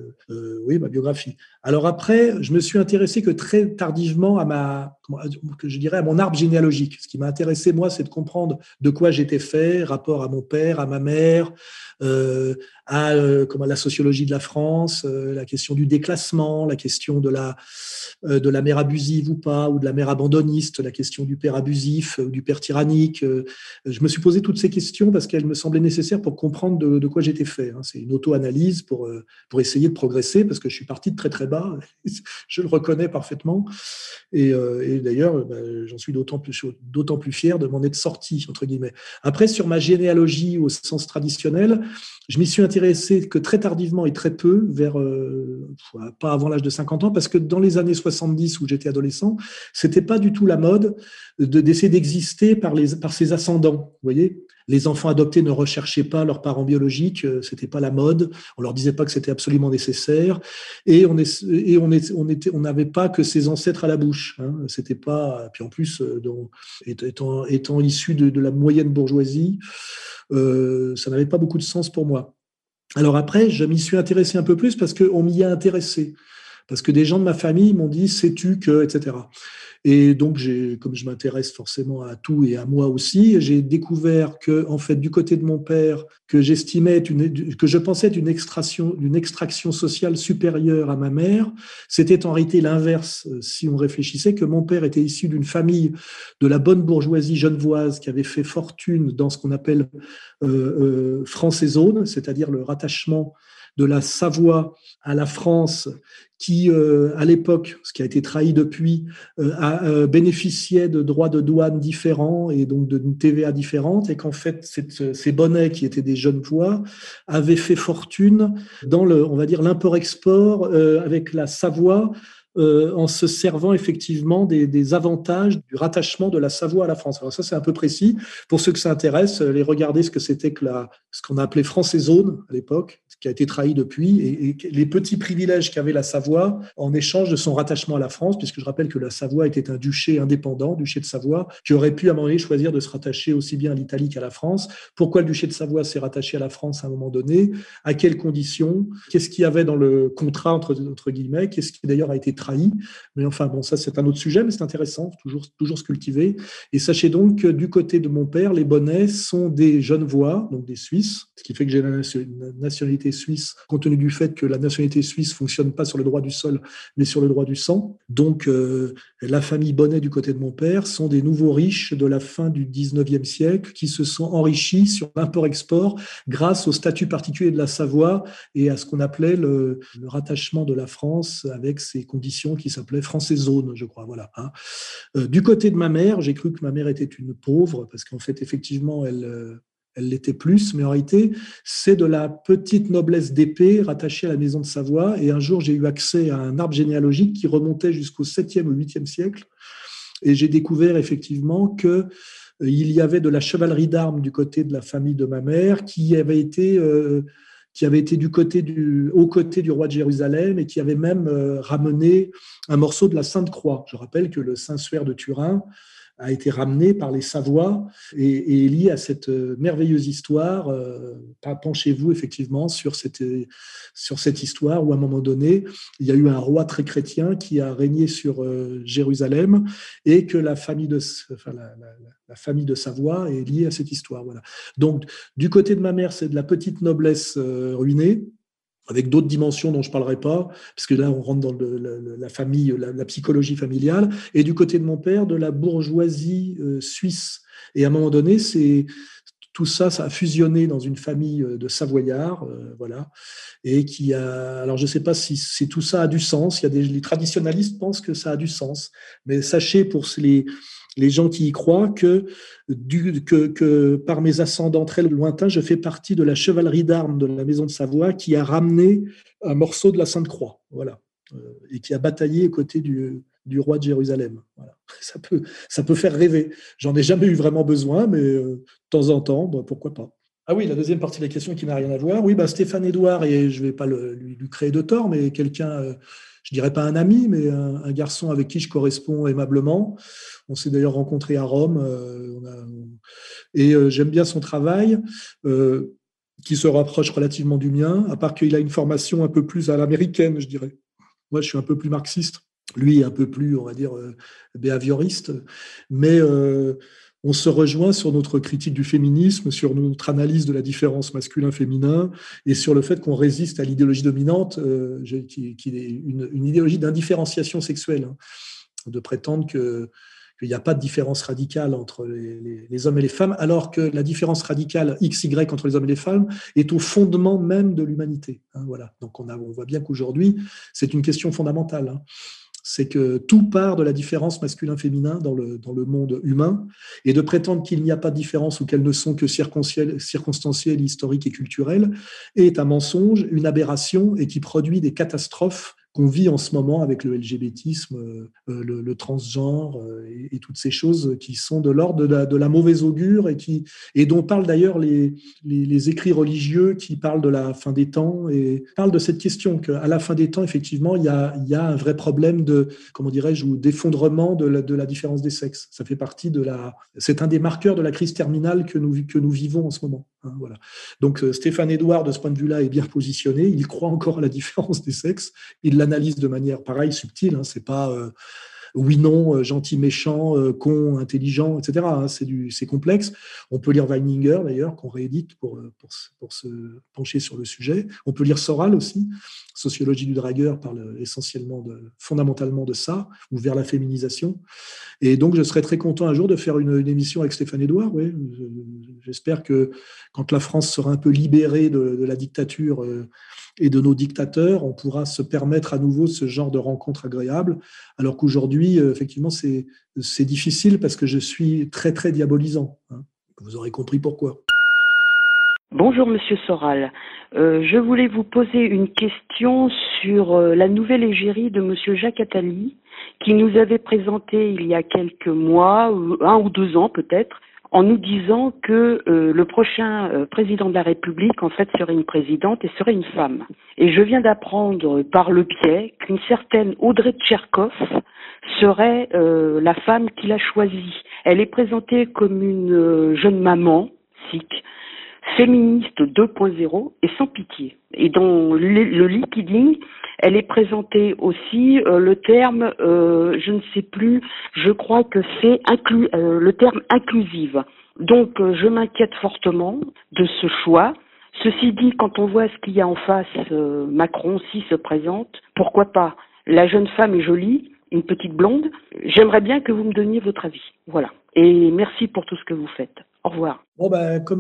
Alors après, je me suis intéressé que très tardivement à mon arbre généalogique. Ce qui m'a intéressé, moi, c'est de comprendre de quoi j'étais fait, rapport à mon père, à ma mère, à la sociologie de la France, la question du déclassement, la question de la mère abusive ou pas, ou de la mère abandonniste, la question du père abusif ou du père tyrannique. Je me suis posé toutes ces questions parce qu'elles me semblaient nécessaires pour comprendre de quoi j'étais fait. C'est une auto-analyse pour essayer de progresser, parce que je suis parti de très très bas, je le reconnais parfaitement. Et d'ailleurs, j'en suis d'autant plus fier de m'en être sorti, entre guillemets. Après, sur ma généalogie au sens traditionnel, je m'y suis intéressé que très tardivement et très peu, pas avant l'âge de 50 ans, parce que dans les années 70 où j'étais adolescent, c'était pas du tout la mode d'essayer d'exister par ses ascendants. Vous voyez, les enfants adoptés ne recherchaient pas leurs parents biologiques, c'était pas la mode. On leur disait pas que c'était absolument nécessaire, et on n'avait pas que ses ancêtres à la bouche. Hein. C'était pas. Puis en plus, étant issu de la moyenne bourgeoisie, ça n'avait pas beaucoup de sens pour moi. Alors après, je m'y suis intéressé un peu plus parce qu'on m'y a intéressé. Parce que des gens de ma famille m'ont dit « sais-tu que… » etc. Et donc, comme je m'intéresse forcément à tout et à moi aussi, j'ai découvert que, en fait, du côté de mon père, que je pensais être une extraction sociale supérieure à ma mère, c'était en réalité l'inverse, si on réfléchissait, que mon père était issu d'une famille de la bonne bourgeoisie genevoise qui avait fait fortune dans ce qu'on appelle Francézone, c'est-à-dire le rattachement de la Savoie à la France, qui, à l'époque, ce qui a été trahi depuis, bénéficiait de droits de douane différents et donc d'une TVA différente, et qu'en fait, ces Bonnets, qui étaient des Genevois, avaient fait fortune dans on va dire, l'import-export avec la Savoie, en se servant effectivement des avantages du rattachement de la Savoie à la France. Alors ça, c'est un peu précis. Pour ceux que ça intéresse, les regarder ce que c'était que ce qu'on a appelé Françaisone à l'époque, qui a été trahi depuis, et les petits privilèges qu'avait la Savoie en échange de son rattachement à la France, puisque je rappelle que la Savoie était un duché indépendant, duché de Savoie, qui aurait pu à un moment donné choisir de se rattacher aussi bien à l'Italie qu'à la France. Pourquoi le duché de Savoie s'est rattaché à la France à un moment donné? À quelles conditions? Qu'est-ce qu'il y avait dans le contrat, entre guillemets? Qu'est-ce qui d'ailleurs a été trahi? Mais enfin, bon, ça c'est un autre sujet, mais c'est intéressant, toujours se cultiver. Et sachez donc que du côté de mon père, les Bonnets sont des Genevois, donc des Suisses, ce qui fait que j'ai la nationalité suisse, compte tenu du fait que la nationalité suisse fonctionne pas sur le droit du sol, mais sur le droit du sang. Donc, la famille Bonnet du côté de mon père sont des nouveaux riches de la fin du 19e siècle qui se sont enrichis sur l'import-export grâce au statut particulier de la Savoie et à ce qu'on appelait le rattachement de la France avec ses conditions qui s'appelaient Françaisone, je crois. Voilà. Du côté de ma mère, j'ai cru que ma mère était une pauvre parce qu'en fait, effectivement, elle l'était plus, mais en réalité, c'est de la petite noblesse d'épée rattachée à la maison de Savoie. Et un jour, j'ai eu accès à un arbre généalogique qui remontait jusqu'au 7e ou 8e siècle. Et j'ai découvert effectivement qu'il y avait de la chevalerie d'armes du côté de la famille de ma mère qui avait été aux côtés du roi de Jérusalem et qui avait même ramené un morceau de la Sainte Croix. Je rappelle que le Saint-Suaire de Turin a été ramené par les Savoie et est lié à cette merveilleuse histoire. Penchez-vous effectivement sur cette histoire où, à un moment donné, il y a eu un roi très chrétien qui a régné sur Jérusalem et que la famille de Savoie est liée à cette histoire. Voilà. Donc, du côté de ma mère, c'est de la petite noblesse ruinée, avec d'autres dimensions dont je ne parlerai pas, parce que là, on rentre dans la famille, la psychologie familiale, et du côté de mon père, de la bourgeoisie suisse. Et à un moment donné, tout ça, ça a fusionné dans une famille de Savoyards, voilà, et alors je ne sais pas si tout ça a du sens. Les traditionalistes pensent que ça a du sens, mais sachez pour les gens qui y croient que par mes ascendants très lointains, je fais partie de la chevalerie d'armes de la maison de Savoie qui a ramené un morceau de la Sainte Croix, voilà, et qui a bataillé aux côtés du roi de Jérusalem. Voilà. Ça peut faire rêver. J'en ai jamais eu vraiment besoin, mais de temps en temps, pourquoi pas. Ah oui, la deuxième partie de la question qui n'a rien à voir. Oui, Stéphane Édouard, et je ne vais pas lui créer de tort, mais quelqu'un, je dirais pas un ami, mais un garçon avec qui je corresponds aimablement. On s'est d'ailleurs rencontrés à Rome, et j'aime bien son travail, qui se rapproche relativement du mien, à part qu'il a une formation un peu plus à l'américaine, je dirais. Moi, je suis un peu plus marxiste. Lui, un peu plus, on va dire, behavioriste. Mais on se rejoint sur notre critique du féminisme, sur notre analyse de la différence masculin-féminin et sur le fait qu'on résiste à l'idéologie dominante, qui est une idéologie d'indifférenciation sexuelle, hein, de prétendre qu'il n'y a pas de différence radicale entre les hommes et les femmes, alors que la différence radicale XY entre les hommes et les femmes est au fondement même de l'humanité. Hein, voilà. Donc on voit bien qu'aujourd'hui, c'est une question fondamentale. Hein. C'est que tout part de la différence masculin-féminin dans le monde humain, et de prétendre qu'il n'y a pas de différence ou qu'elles ne sont que circonstancielles, historiques et culturelles est un mensonge, une aberration, et qui produit des catastrophes qu'on vit en ce moment avec le LGBTisme, le transgenre et toutes ces choses qui sont de l'ordre de la mauvaise augure et dont parlent d'ailleurs les écrits religieux qui parlent de la fin des temps et parlent de cette question qu'à la fin des temps, effectivement, il y a un vrai problème d'effondrement de la différence des sexes. Ça fait partie c'est un des marqueurs de la crise terminale que nous vivons en ce moment. Hein, voilà. Donc Stéphane Édouard, de ce point de vue-là, est bien positionné. Il croit encore à la différence des sexes. Il l'analyse de manière pareille, subtile. Hein, c'est pas oui, non, gentil, méchant, con, intelligent, etc. Hein, c'est complexe. On peut lire Weininger, d'ailleurs, qu'on réédite pour se pencher sur le sujet. On peut lire Soral aussi. Sociologie du dragueur parle fondamentalement de ça, ou vers la féminisation. Et donc, je serais très content un jour de faire une émission avec Stéphane Édouard. Oui. J'espère que quand la France sera un peu libérée de la dictature et de nos dictateurs, on pourra se permettre à nouveau ce genre de rencontres agréables, alors qu'aujourd'hui, effectivement, c'est difficile parce que je suis très, très diabolisant. Hein. Vous aurez compris pourquoi. Bonjour Monsieur Soral. Je voulais vous poser une question sur la nouvelle égérie de Monsieur Jacques Attali, qui nous avait présenté il y a quelques mois, 1 ou 2 ans peut-être, en nous disant que le prochain président de la République, en fait, serait une présidente et serait une femme. Et je viens d'apprendre par le biais qu'une certaine Audrey Tcherkov serait la femme qu'il a choisie. Elle est présentée comme une jeune maman, sikh, féministe 2.0 et sans pitié. Et dans le Liquiding, elle est présentée aussi le terme, je ne sais plus, je crois que c'est le terme inclusive. Donc je m'inquiète fortement de ce choix. Ceci dit, quand on voit ce qu'il y a en face, Macron s'y se présente, pourquoi pas? La jeune femme est jolie, une petite blonde. J'aimerais bien que vous me donniez votre avis. Voilà. Et merci pour tout ce que vous faites. Au revoir. Bon, comme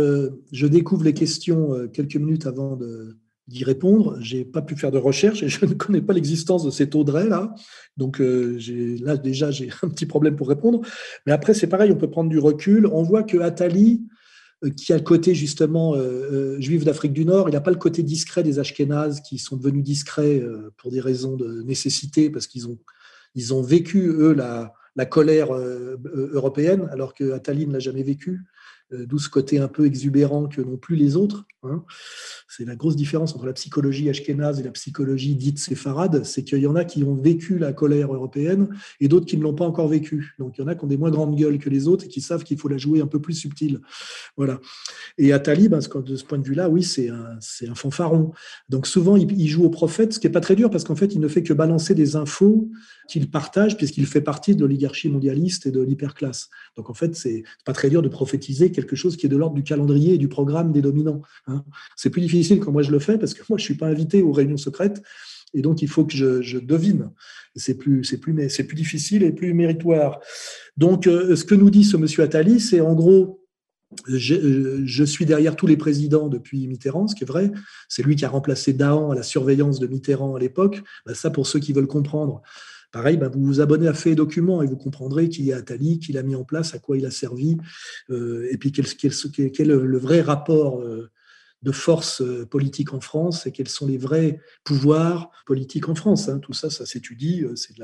je découvre les questions quelques minutes avant d'y répondre, j'ai pas pu faire de recherche et je ne connais pas l'existence de cette Audrey là. Donc là déjà j'ai un petit problème pour répondre. Mais après c'est pareil, on peut prendre du recul. On voit que Attali, qui a le côté justement juif d'Afrique du Nord, il n'a pas le côté discret des Ashkénazes qui sont devenus discrets pour des raisons de nécessité parce qu'ils ont vécu eux la colère européenne, alors que Attali ne l'a jamais vécu, d'où ce côté un peu exubérant que n'ont plus les autres. Hein. C'est la grosse différence entre la psychologie ashkénaze et la psychologie dite séfarade, c'est qu'il y en a qui ont vécu la colère européenne et d'autres qui ne l'ont pas encore vécue. Donc il y en a qui ont des moins grandes gueules que les autres et qui savent qu'il faut la jouer un peu plus subtile. Voilà. Et Attali, de ce point de vue-là, oui, c'est un fanfaron. Donc souvent, il joue au prophète, ce qui n'est pas très dur parce qu'en fait, il ne fait que balancer des infos qu'il partage puisqu'il fait partie de l'oligarchie mondialiste et de l'hyperclasse. Donc en fait, c'est pas très dur de prophétiser quelque chose qui est de l'ordre du calendrier et du programme des dominants. Hein. C'est plus difficile quand moi je le fais parce que moi je suis pas invité aux réunions secrètes et donc il faut que je devine. C'est plus difficile et plus méritoire. Donc ce que nous dit ce monsieur Attali, c'est en gros je suis derrière tous les présidents depuis Mitterrand, ce qui est vrai. C'est lui qui a remplacé Dahan à la surveillance de Mitterrand à l'époque. Ça, pour ceux qui veulent comprendre. Pareil, vous vous abonnez à Faits et Documents et vous comprendrez qui est Attali, qui l'a mis en place, à quoi il a servi, et puis quel est le vrai rapport de force politique en France et quels sont les vrais pouvoirs politiques en France. Hein. Tout ça, ça s'étudie,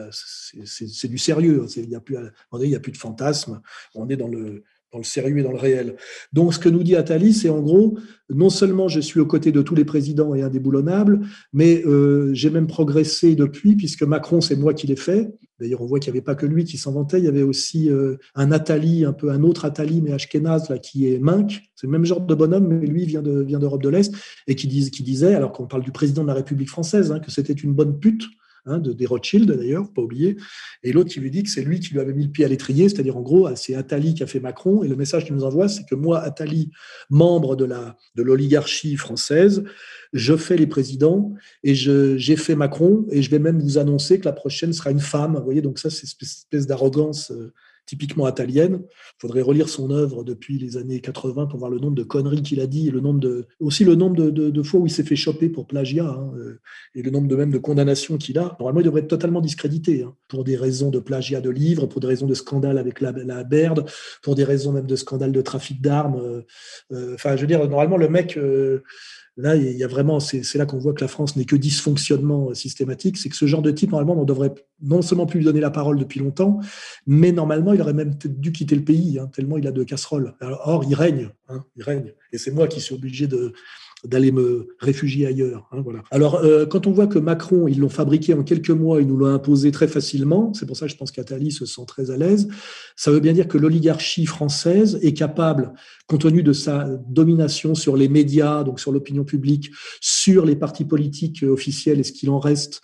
c'est du sérieux. Il n'y a plus de fantasme, on est dans le sérieux et dans le réel. Donc, ce que nous dit Attali, c'est en gros, non seulement je suis aux côtés de tous les présidents et indéboulonnables, mais j'ai même progressé depuis, puisque Macron, c'est moi qui l'ai fait. D'ailleurs, on voit qu'il n'y avait pas que lui qui s'en vantait, il y avait aussi un Attali, un peu un autre Attali, mais ashkénaze, là, qui est minc. C'est le même genre de bonhomme, mais lui vient d'Europe de l'Est, et qui disait, alors qu'on parle du président de la République française, que c'était une bonne pute, des Rothschild d'ailleurs, pas oublier, et l'autre qui lui dit que c'est lui qui lui avait mis le pied à l'étrier, c'est-à-dire en gros, c'est Attali qui a fait Macron, et le message qu'il nous envoie, c'est que moi, Attali, membre de l'oligarchie française, je fais les présidents, et j'ai fait Macron, et je vais même vous annoncer que la prochaine sera une femme, vous voyez, donc ça, c'est une espèce d'arrogance typiquement attalienne. Il faudrait relire son œuvre depuis les années 80 pour voir le nombre de conneries qu'il a dit et aussi le nombre de fois où il s'est fait choper pour plagiat et le nombre de condamnations qu'il a. Normalement, il devrait être totalement discrédité pour des raisons de plagiat de livres, pour des raisons de scandale avec la Baird, pour des raisons même de scandale de trafic d'armes. Je veux dire, normalement, le mec... Là, il y a vraiment, c'est là qu'on voit que la France n'est que dysfonctionnement systématique. C'est que ce genre de type, normalement, on devrait non seulement plus lui donner la parole depuis longtemps, mais normalement, il aurait même dû quitter le pays, tellement il a de casseroles. Or, il règne, il règne. Et c'est moi qui suis obligé d'aller me réfugier ailleurs. Voilà. Alors, quand on voit que Macron, ils l'ont fabriqué en quelques mois, ils nous l'ont imposé très facilement, c'est pour ça que je pense qu'Attali se sent très à l'aise, ça veut bien dire que l'oligarchie française est capable, compte tenu de sa domination sur les médias, donc sur l'opinion publique, sur les partis politiques officiels et ce qu'il en reste,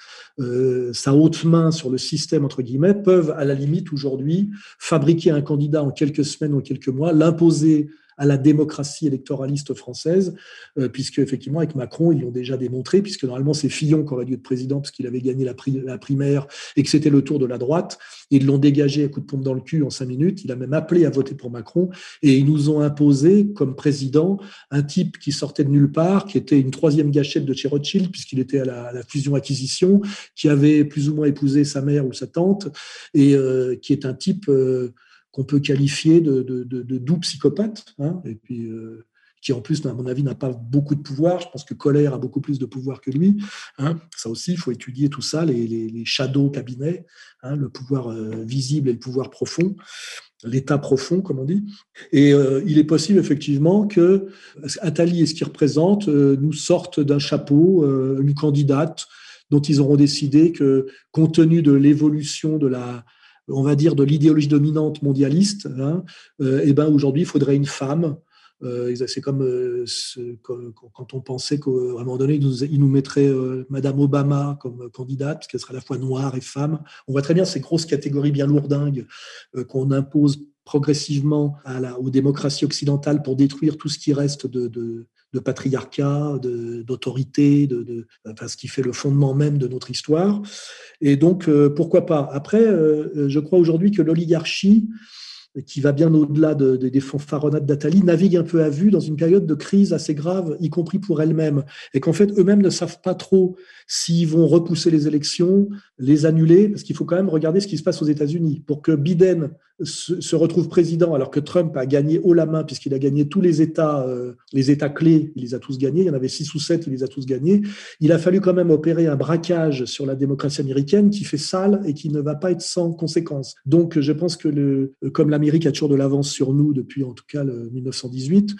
sa haute main sur le système, entre guillemets, peuvent à la limite aujourd'hui fabriquer un candidat en quelques semaines ou en quelques mois, l'imposer à la démocratie électoraliste française, puisque effectivement avec Macron, ils l'ont déjà démontré, puisque normalement c'est Fillon qui aurait dû être président, parce qu'il avait gagné la primaire et que c'était le tour de la droite. Ils l'ont dégagé à coup de pompe dans le cul en 5 minutes. Il a même appelé à voter pour Macron, et ils nous ont imposé comme président un type qui sortait de nulle part, qui était une 3e gâchette de chez Rothschild, puisqu'il était à la fusion-acquisition, qui avait plus ou moins épousé sa mère ou sa tante, et qui est un type... qu'on peut qualifier de doux psychopathe, et puis qui en plus, à mon avis, n'a pas beaucoup de pouvoir. Je pense que Koller a beaucoup plus de pouvoir que lui. Ça aussi, il faut étudier tout ça, les shadow cabinets, le pouvoir visible et le pouvoir profond, l'état profond, comme on dit. Et il est possible, effectivement, que Attali et ce qu'il représente nous sortent d'un chapeau une candidate dont ils auront décidé que, compte tenu de l'évolution on va dire, de l'idéologie dominante mondialiste, aujourd'hui, il faudrait une femme. C'est comme quand on pensait qu'à un moment donné, il nous mettrait Madame Obama comme candidate, parce qu'elle serait à la fois noire et femme. On voit très bien ces grosses catégories bien lourdingues qu'on impose progressivement aux démocraties occidentales pour détruire tout ce qui reste de patriarcat, d'autorité, ce qui fait le fondement même de notre histoire. Et donc, pourquoi pas ? Après, je crois aujourd'hui que l'oligarchie, qui va bien au-delà des fanfaronnades d'Attali, navigue un peu à vue dans une période de crise assez grave, y compris pour elle-même, et qu'en fait, eux-mêmes ne savent pas trop s'ils vont repousser les élections, les annuler, parce qu'il faut quand même regarder ce qui se passe aux États-Unis. Pour que Biden se retrouve président, alors que Trump a gagné haut la main, puisqu'il a gagné tous les États clés, il les a tous gagnés, il y en avait 6 ou 7, il les a tous gagnés, il a fallu quand même opérer un braquage sur la démocratie américaine qui fait sale et qui ne va pas être sans conséquences. Donc, je pense que comme l'Amérique a toujours de l'avance sur nous depuis, en tout cas, 1918,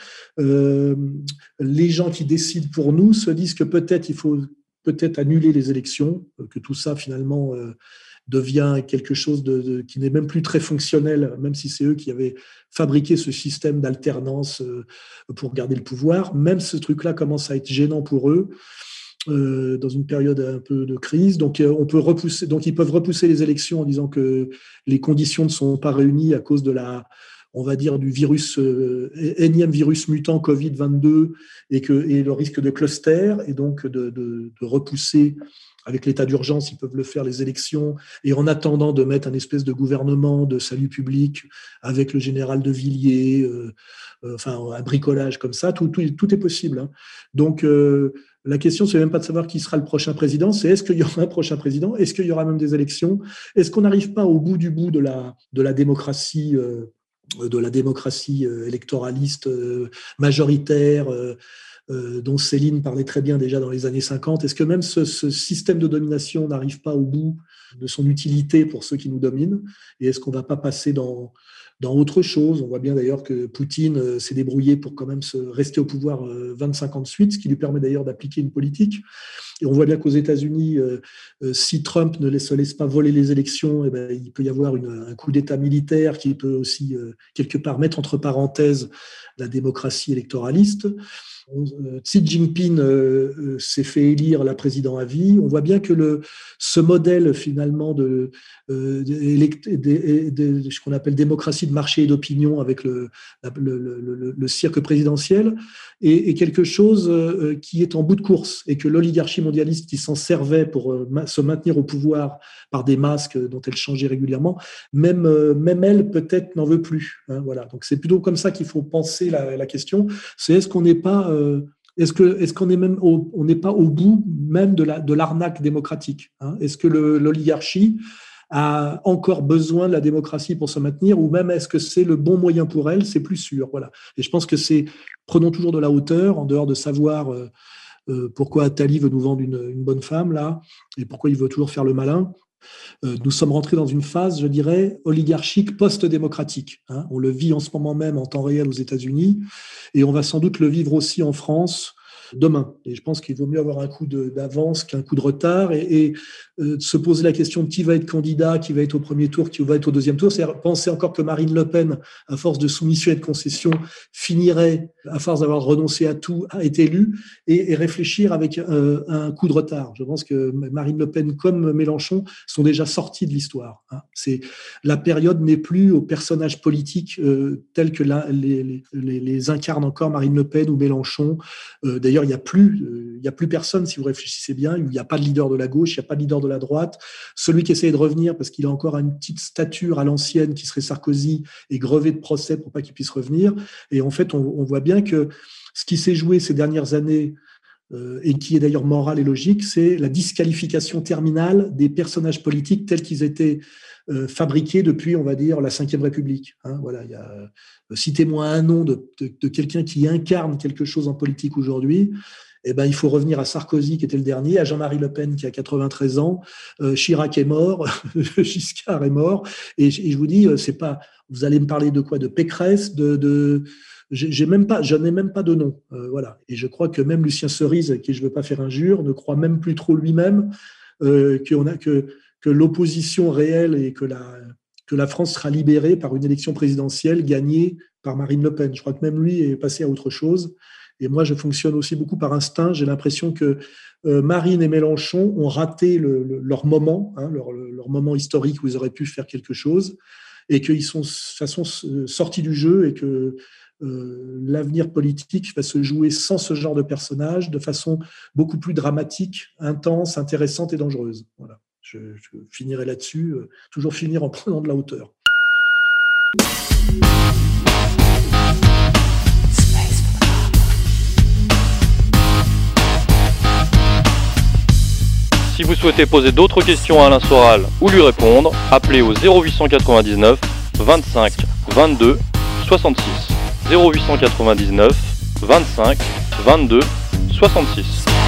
les gens qui décident pour nous se disent que peut-être il faut annuler les élections, que tout ça, finalement, devient quelque chose qui n'est même plus très fonctionnel, même si c'est eux qui avaient fabriqué ce système d'alternance pour garder le pouvoir. Même ce truc-là commence à être gênant pour eux dans une période un peu de crise. Donc, ils peuvent repousser les élections en disant que les conditions ne sont pas réunies à cause de on va dire, du virus, énième virus mutant Covid-22 et le risque de cluster, et donc de repousser. Avec l'état d'urgence, ils peuvent le faire, les élections, et en attendant de mettre un espèce de gouvernement de salut public avec le général de Villiers, un bricolage comme ça, tout est possible. Donc, la question, c'est même pas de savoir qui sera le prochain président, c'est est-ce qu'il y aura un prochain président, est-ce qu'il y aura même des élections, est-ce qu'on n'arrive pas au bout du bout de la démocratie électoraliste majoritaire, dont Céline parlait très bien déjà dans les années 50. Est-ce que même ce système de domination n'arrive pas au bout de son utilité pour ceux qui nous dominent ? Et est-ce qu'on ne va pas passer dans autre chose ? On voit bien d'ailleurs que Poutine s'est débrouillé pour quand même rester au pouvoir 25 ans de suite, ce qui lui permet d'ailleurs d'appliquer une politique. Et on voit bien qu'aux États-Unis, si Trump ne se laisse pas voler les élections, il peut y avoir un coup d'État militaire qui peut aussi, quelque part, mettre entre parenthèses la démocratie électoraliste. Xi Jinping s'est fait élire la président à vie. On voit bien que ce modèle finalement de ce qu'on appelle démocratie de marché et d'opinion avec le cirque présidentiel est quelque chose qui est en bout de course, et que l'oligarchie mondialiste qui s'en servait pour se maintenir au pouvoir par des masques dont elle changeait régulièrement, même elle peut-être n'en veut plus. Voilà. Donc c'est plutôt comme ça qu'il faut penser la question. C'est est-ce qu'on n'est pas est-ce qu'on n'est pas au bout même de l'arnaque démocratique, Est-ce que l'oligarchie a encore besoin de la démocratie pour se maintenir, ou même est-ce que c'est le bon moyen pour elle ? C'est plus sûr. Voilà. Et je pense que prenons toujours de la hauteur, en dehors de savoir pourquoi Attali veut nous vendre une bonne femme, là, et pourquoi il veut toujours faire le malin. Nous sommes rentrés dans une phase, je dirais, oligarchique post-démocratique. On le vit en ce moment même en temps réel aux États-Unis, et on va sans doute le vivre aussi en France demain. Et je pense qu'il vaut mieux avoir un coup d'avance qu'un coup de retard, et se poser la question de qui va être candidat, qui va être au premier tour, qui va être au deuxième tour. C'est penser encore que Marine Le Pen, à force de soumission et de concession, finirait, à force d'avoir renoncé à tout, à être élue, et réfléchir avec un coup de retard. Je pense que Marine Le Pen comme Mélenchon sont déjà sortis de l'histoire. La période n'est plus aux personnages politiques tels que les incarnent encore Marine Le Pen ou Mélenchon. D'ailleurs, il n'y a plus personne, si vous réfléchissez bien. Il n'y a pas de leader de la gauche, il n'y a pas de leader de la droite. Celui qui essaye de revenir, parce qu'il a encore une petite stature à l'ancienne, qui serait Sarkozy, est grevé de procès pour pas qu'il puisse revenir. Et en fait, on voit bien que ce qui s'est joué ces dernières années et qui est d'ailleurs morale et logique, c'est la disqualification terminale des personnages politiques tels qu'ils étaient fabriqués depuis, on va dire, la Ve République. Voilà, citez-moi un nom de quelqu'un qui incarne quelque chose en politique aujourd'hui. Eh ben, il faut revenir à Sarkozy, qui était le dernier, à Jean-Marie Le Pen, qui a 93 ans, Chirac est mort, Giscard est mort, et je vous dis, c'est pas, vous allez me parler de quoi? De Pécresse, je n'ai même pas de nom, voilà. Et je crois que même Lucien Cerise, à qui je ne veux pas faire injure, ne croit même plus trop lui-même que l'opposition réelle et que la France sera libérée par une élection présidentielle gagnée par Marine Le Pen. Je crois que même lui est passé à autre chose. Et moi, je fonctionne aussi beaucoup par instinct. J'ai l'impression que Marine et Mélenchon ont raté leur moment, leur moment historique où ils auraient pu faire quelque chose, et qu'ils sont de toute façon sortis du jeu, et que l'avenir politique va se jouer sans ce genre de personnage, de façon beaucoup plus dramatique, intense, intéressante et dangereuse. Voilà. Je finirai là-dessus, toujours finir en prenant de la hauteur. Si vous souhaitez poser d'autres questions à Alain Soral ou lui répondre, appelez au 0899 25 22 66. 0899 25 22 66.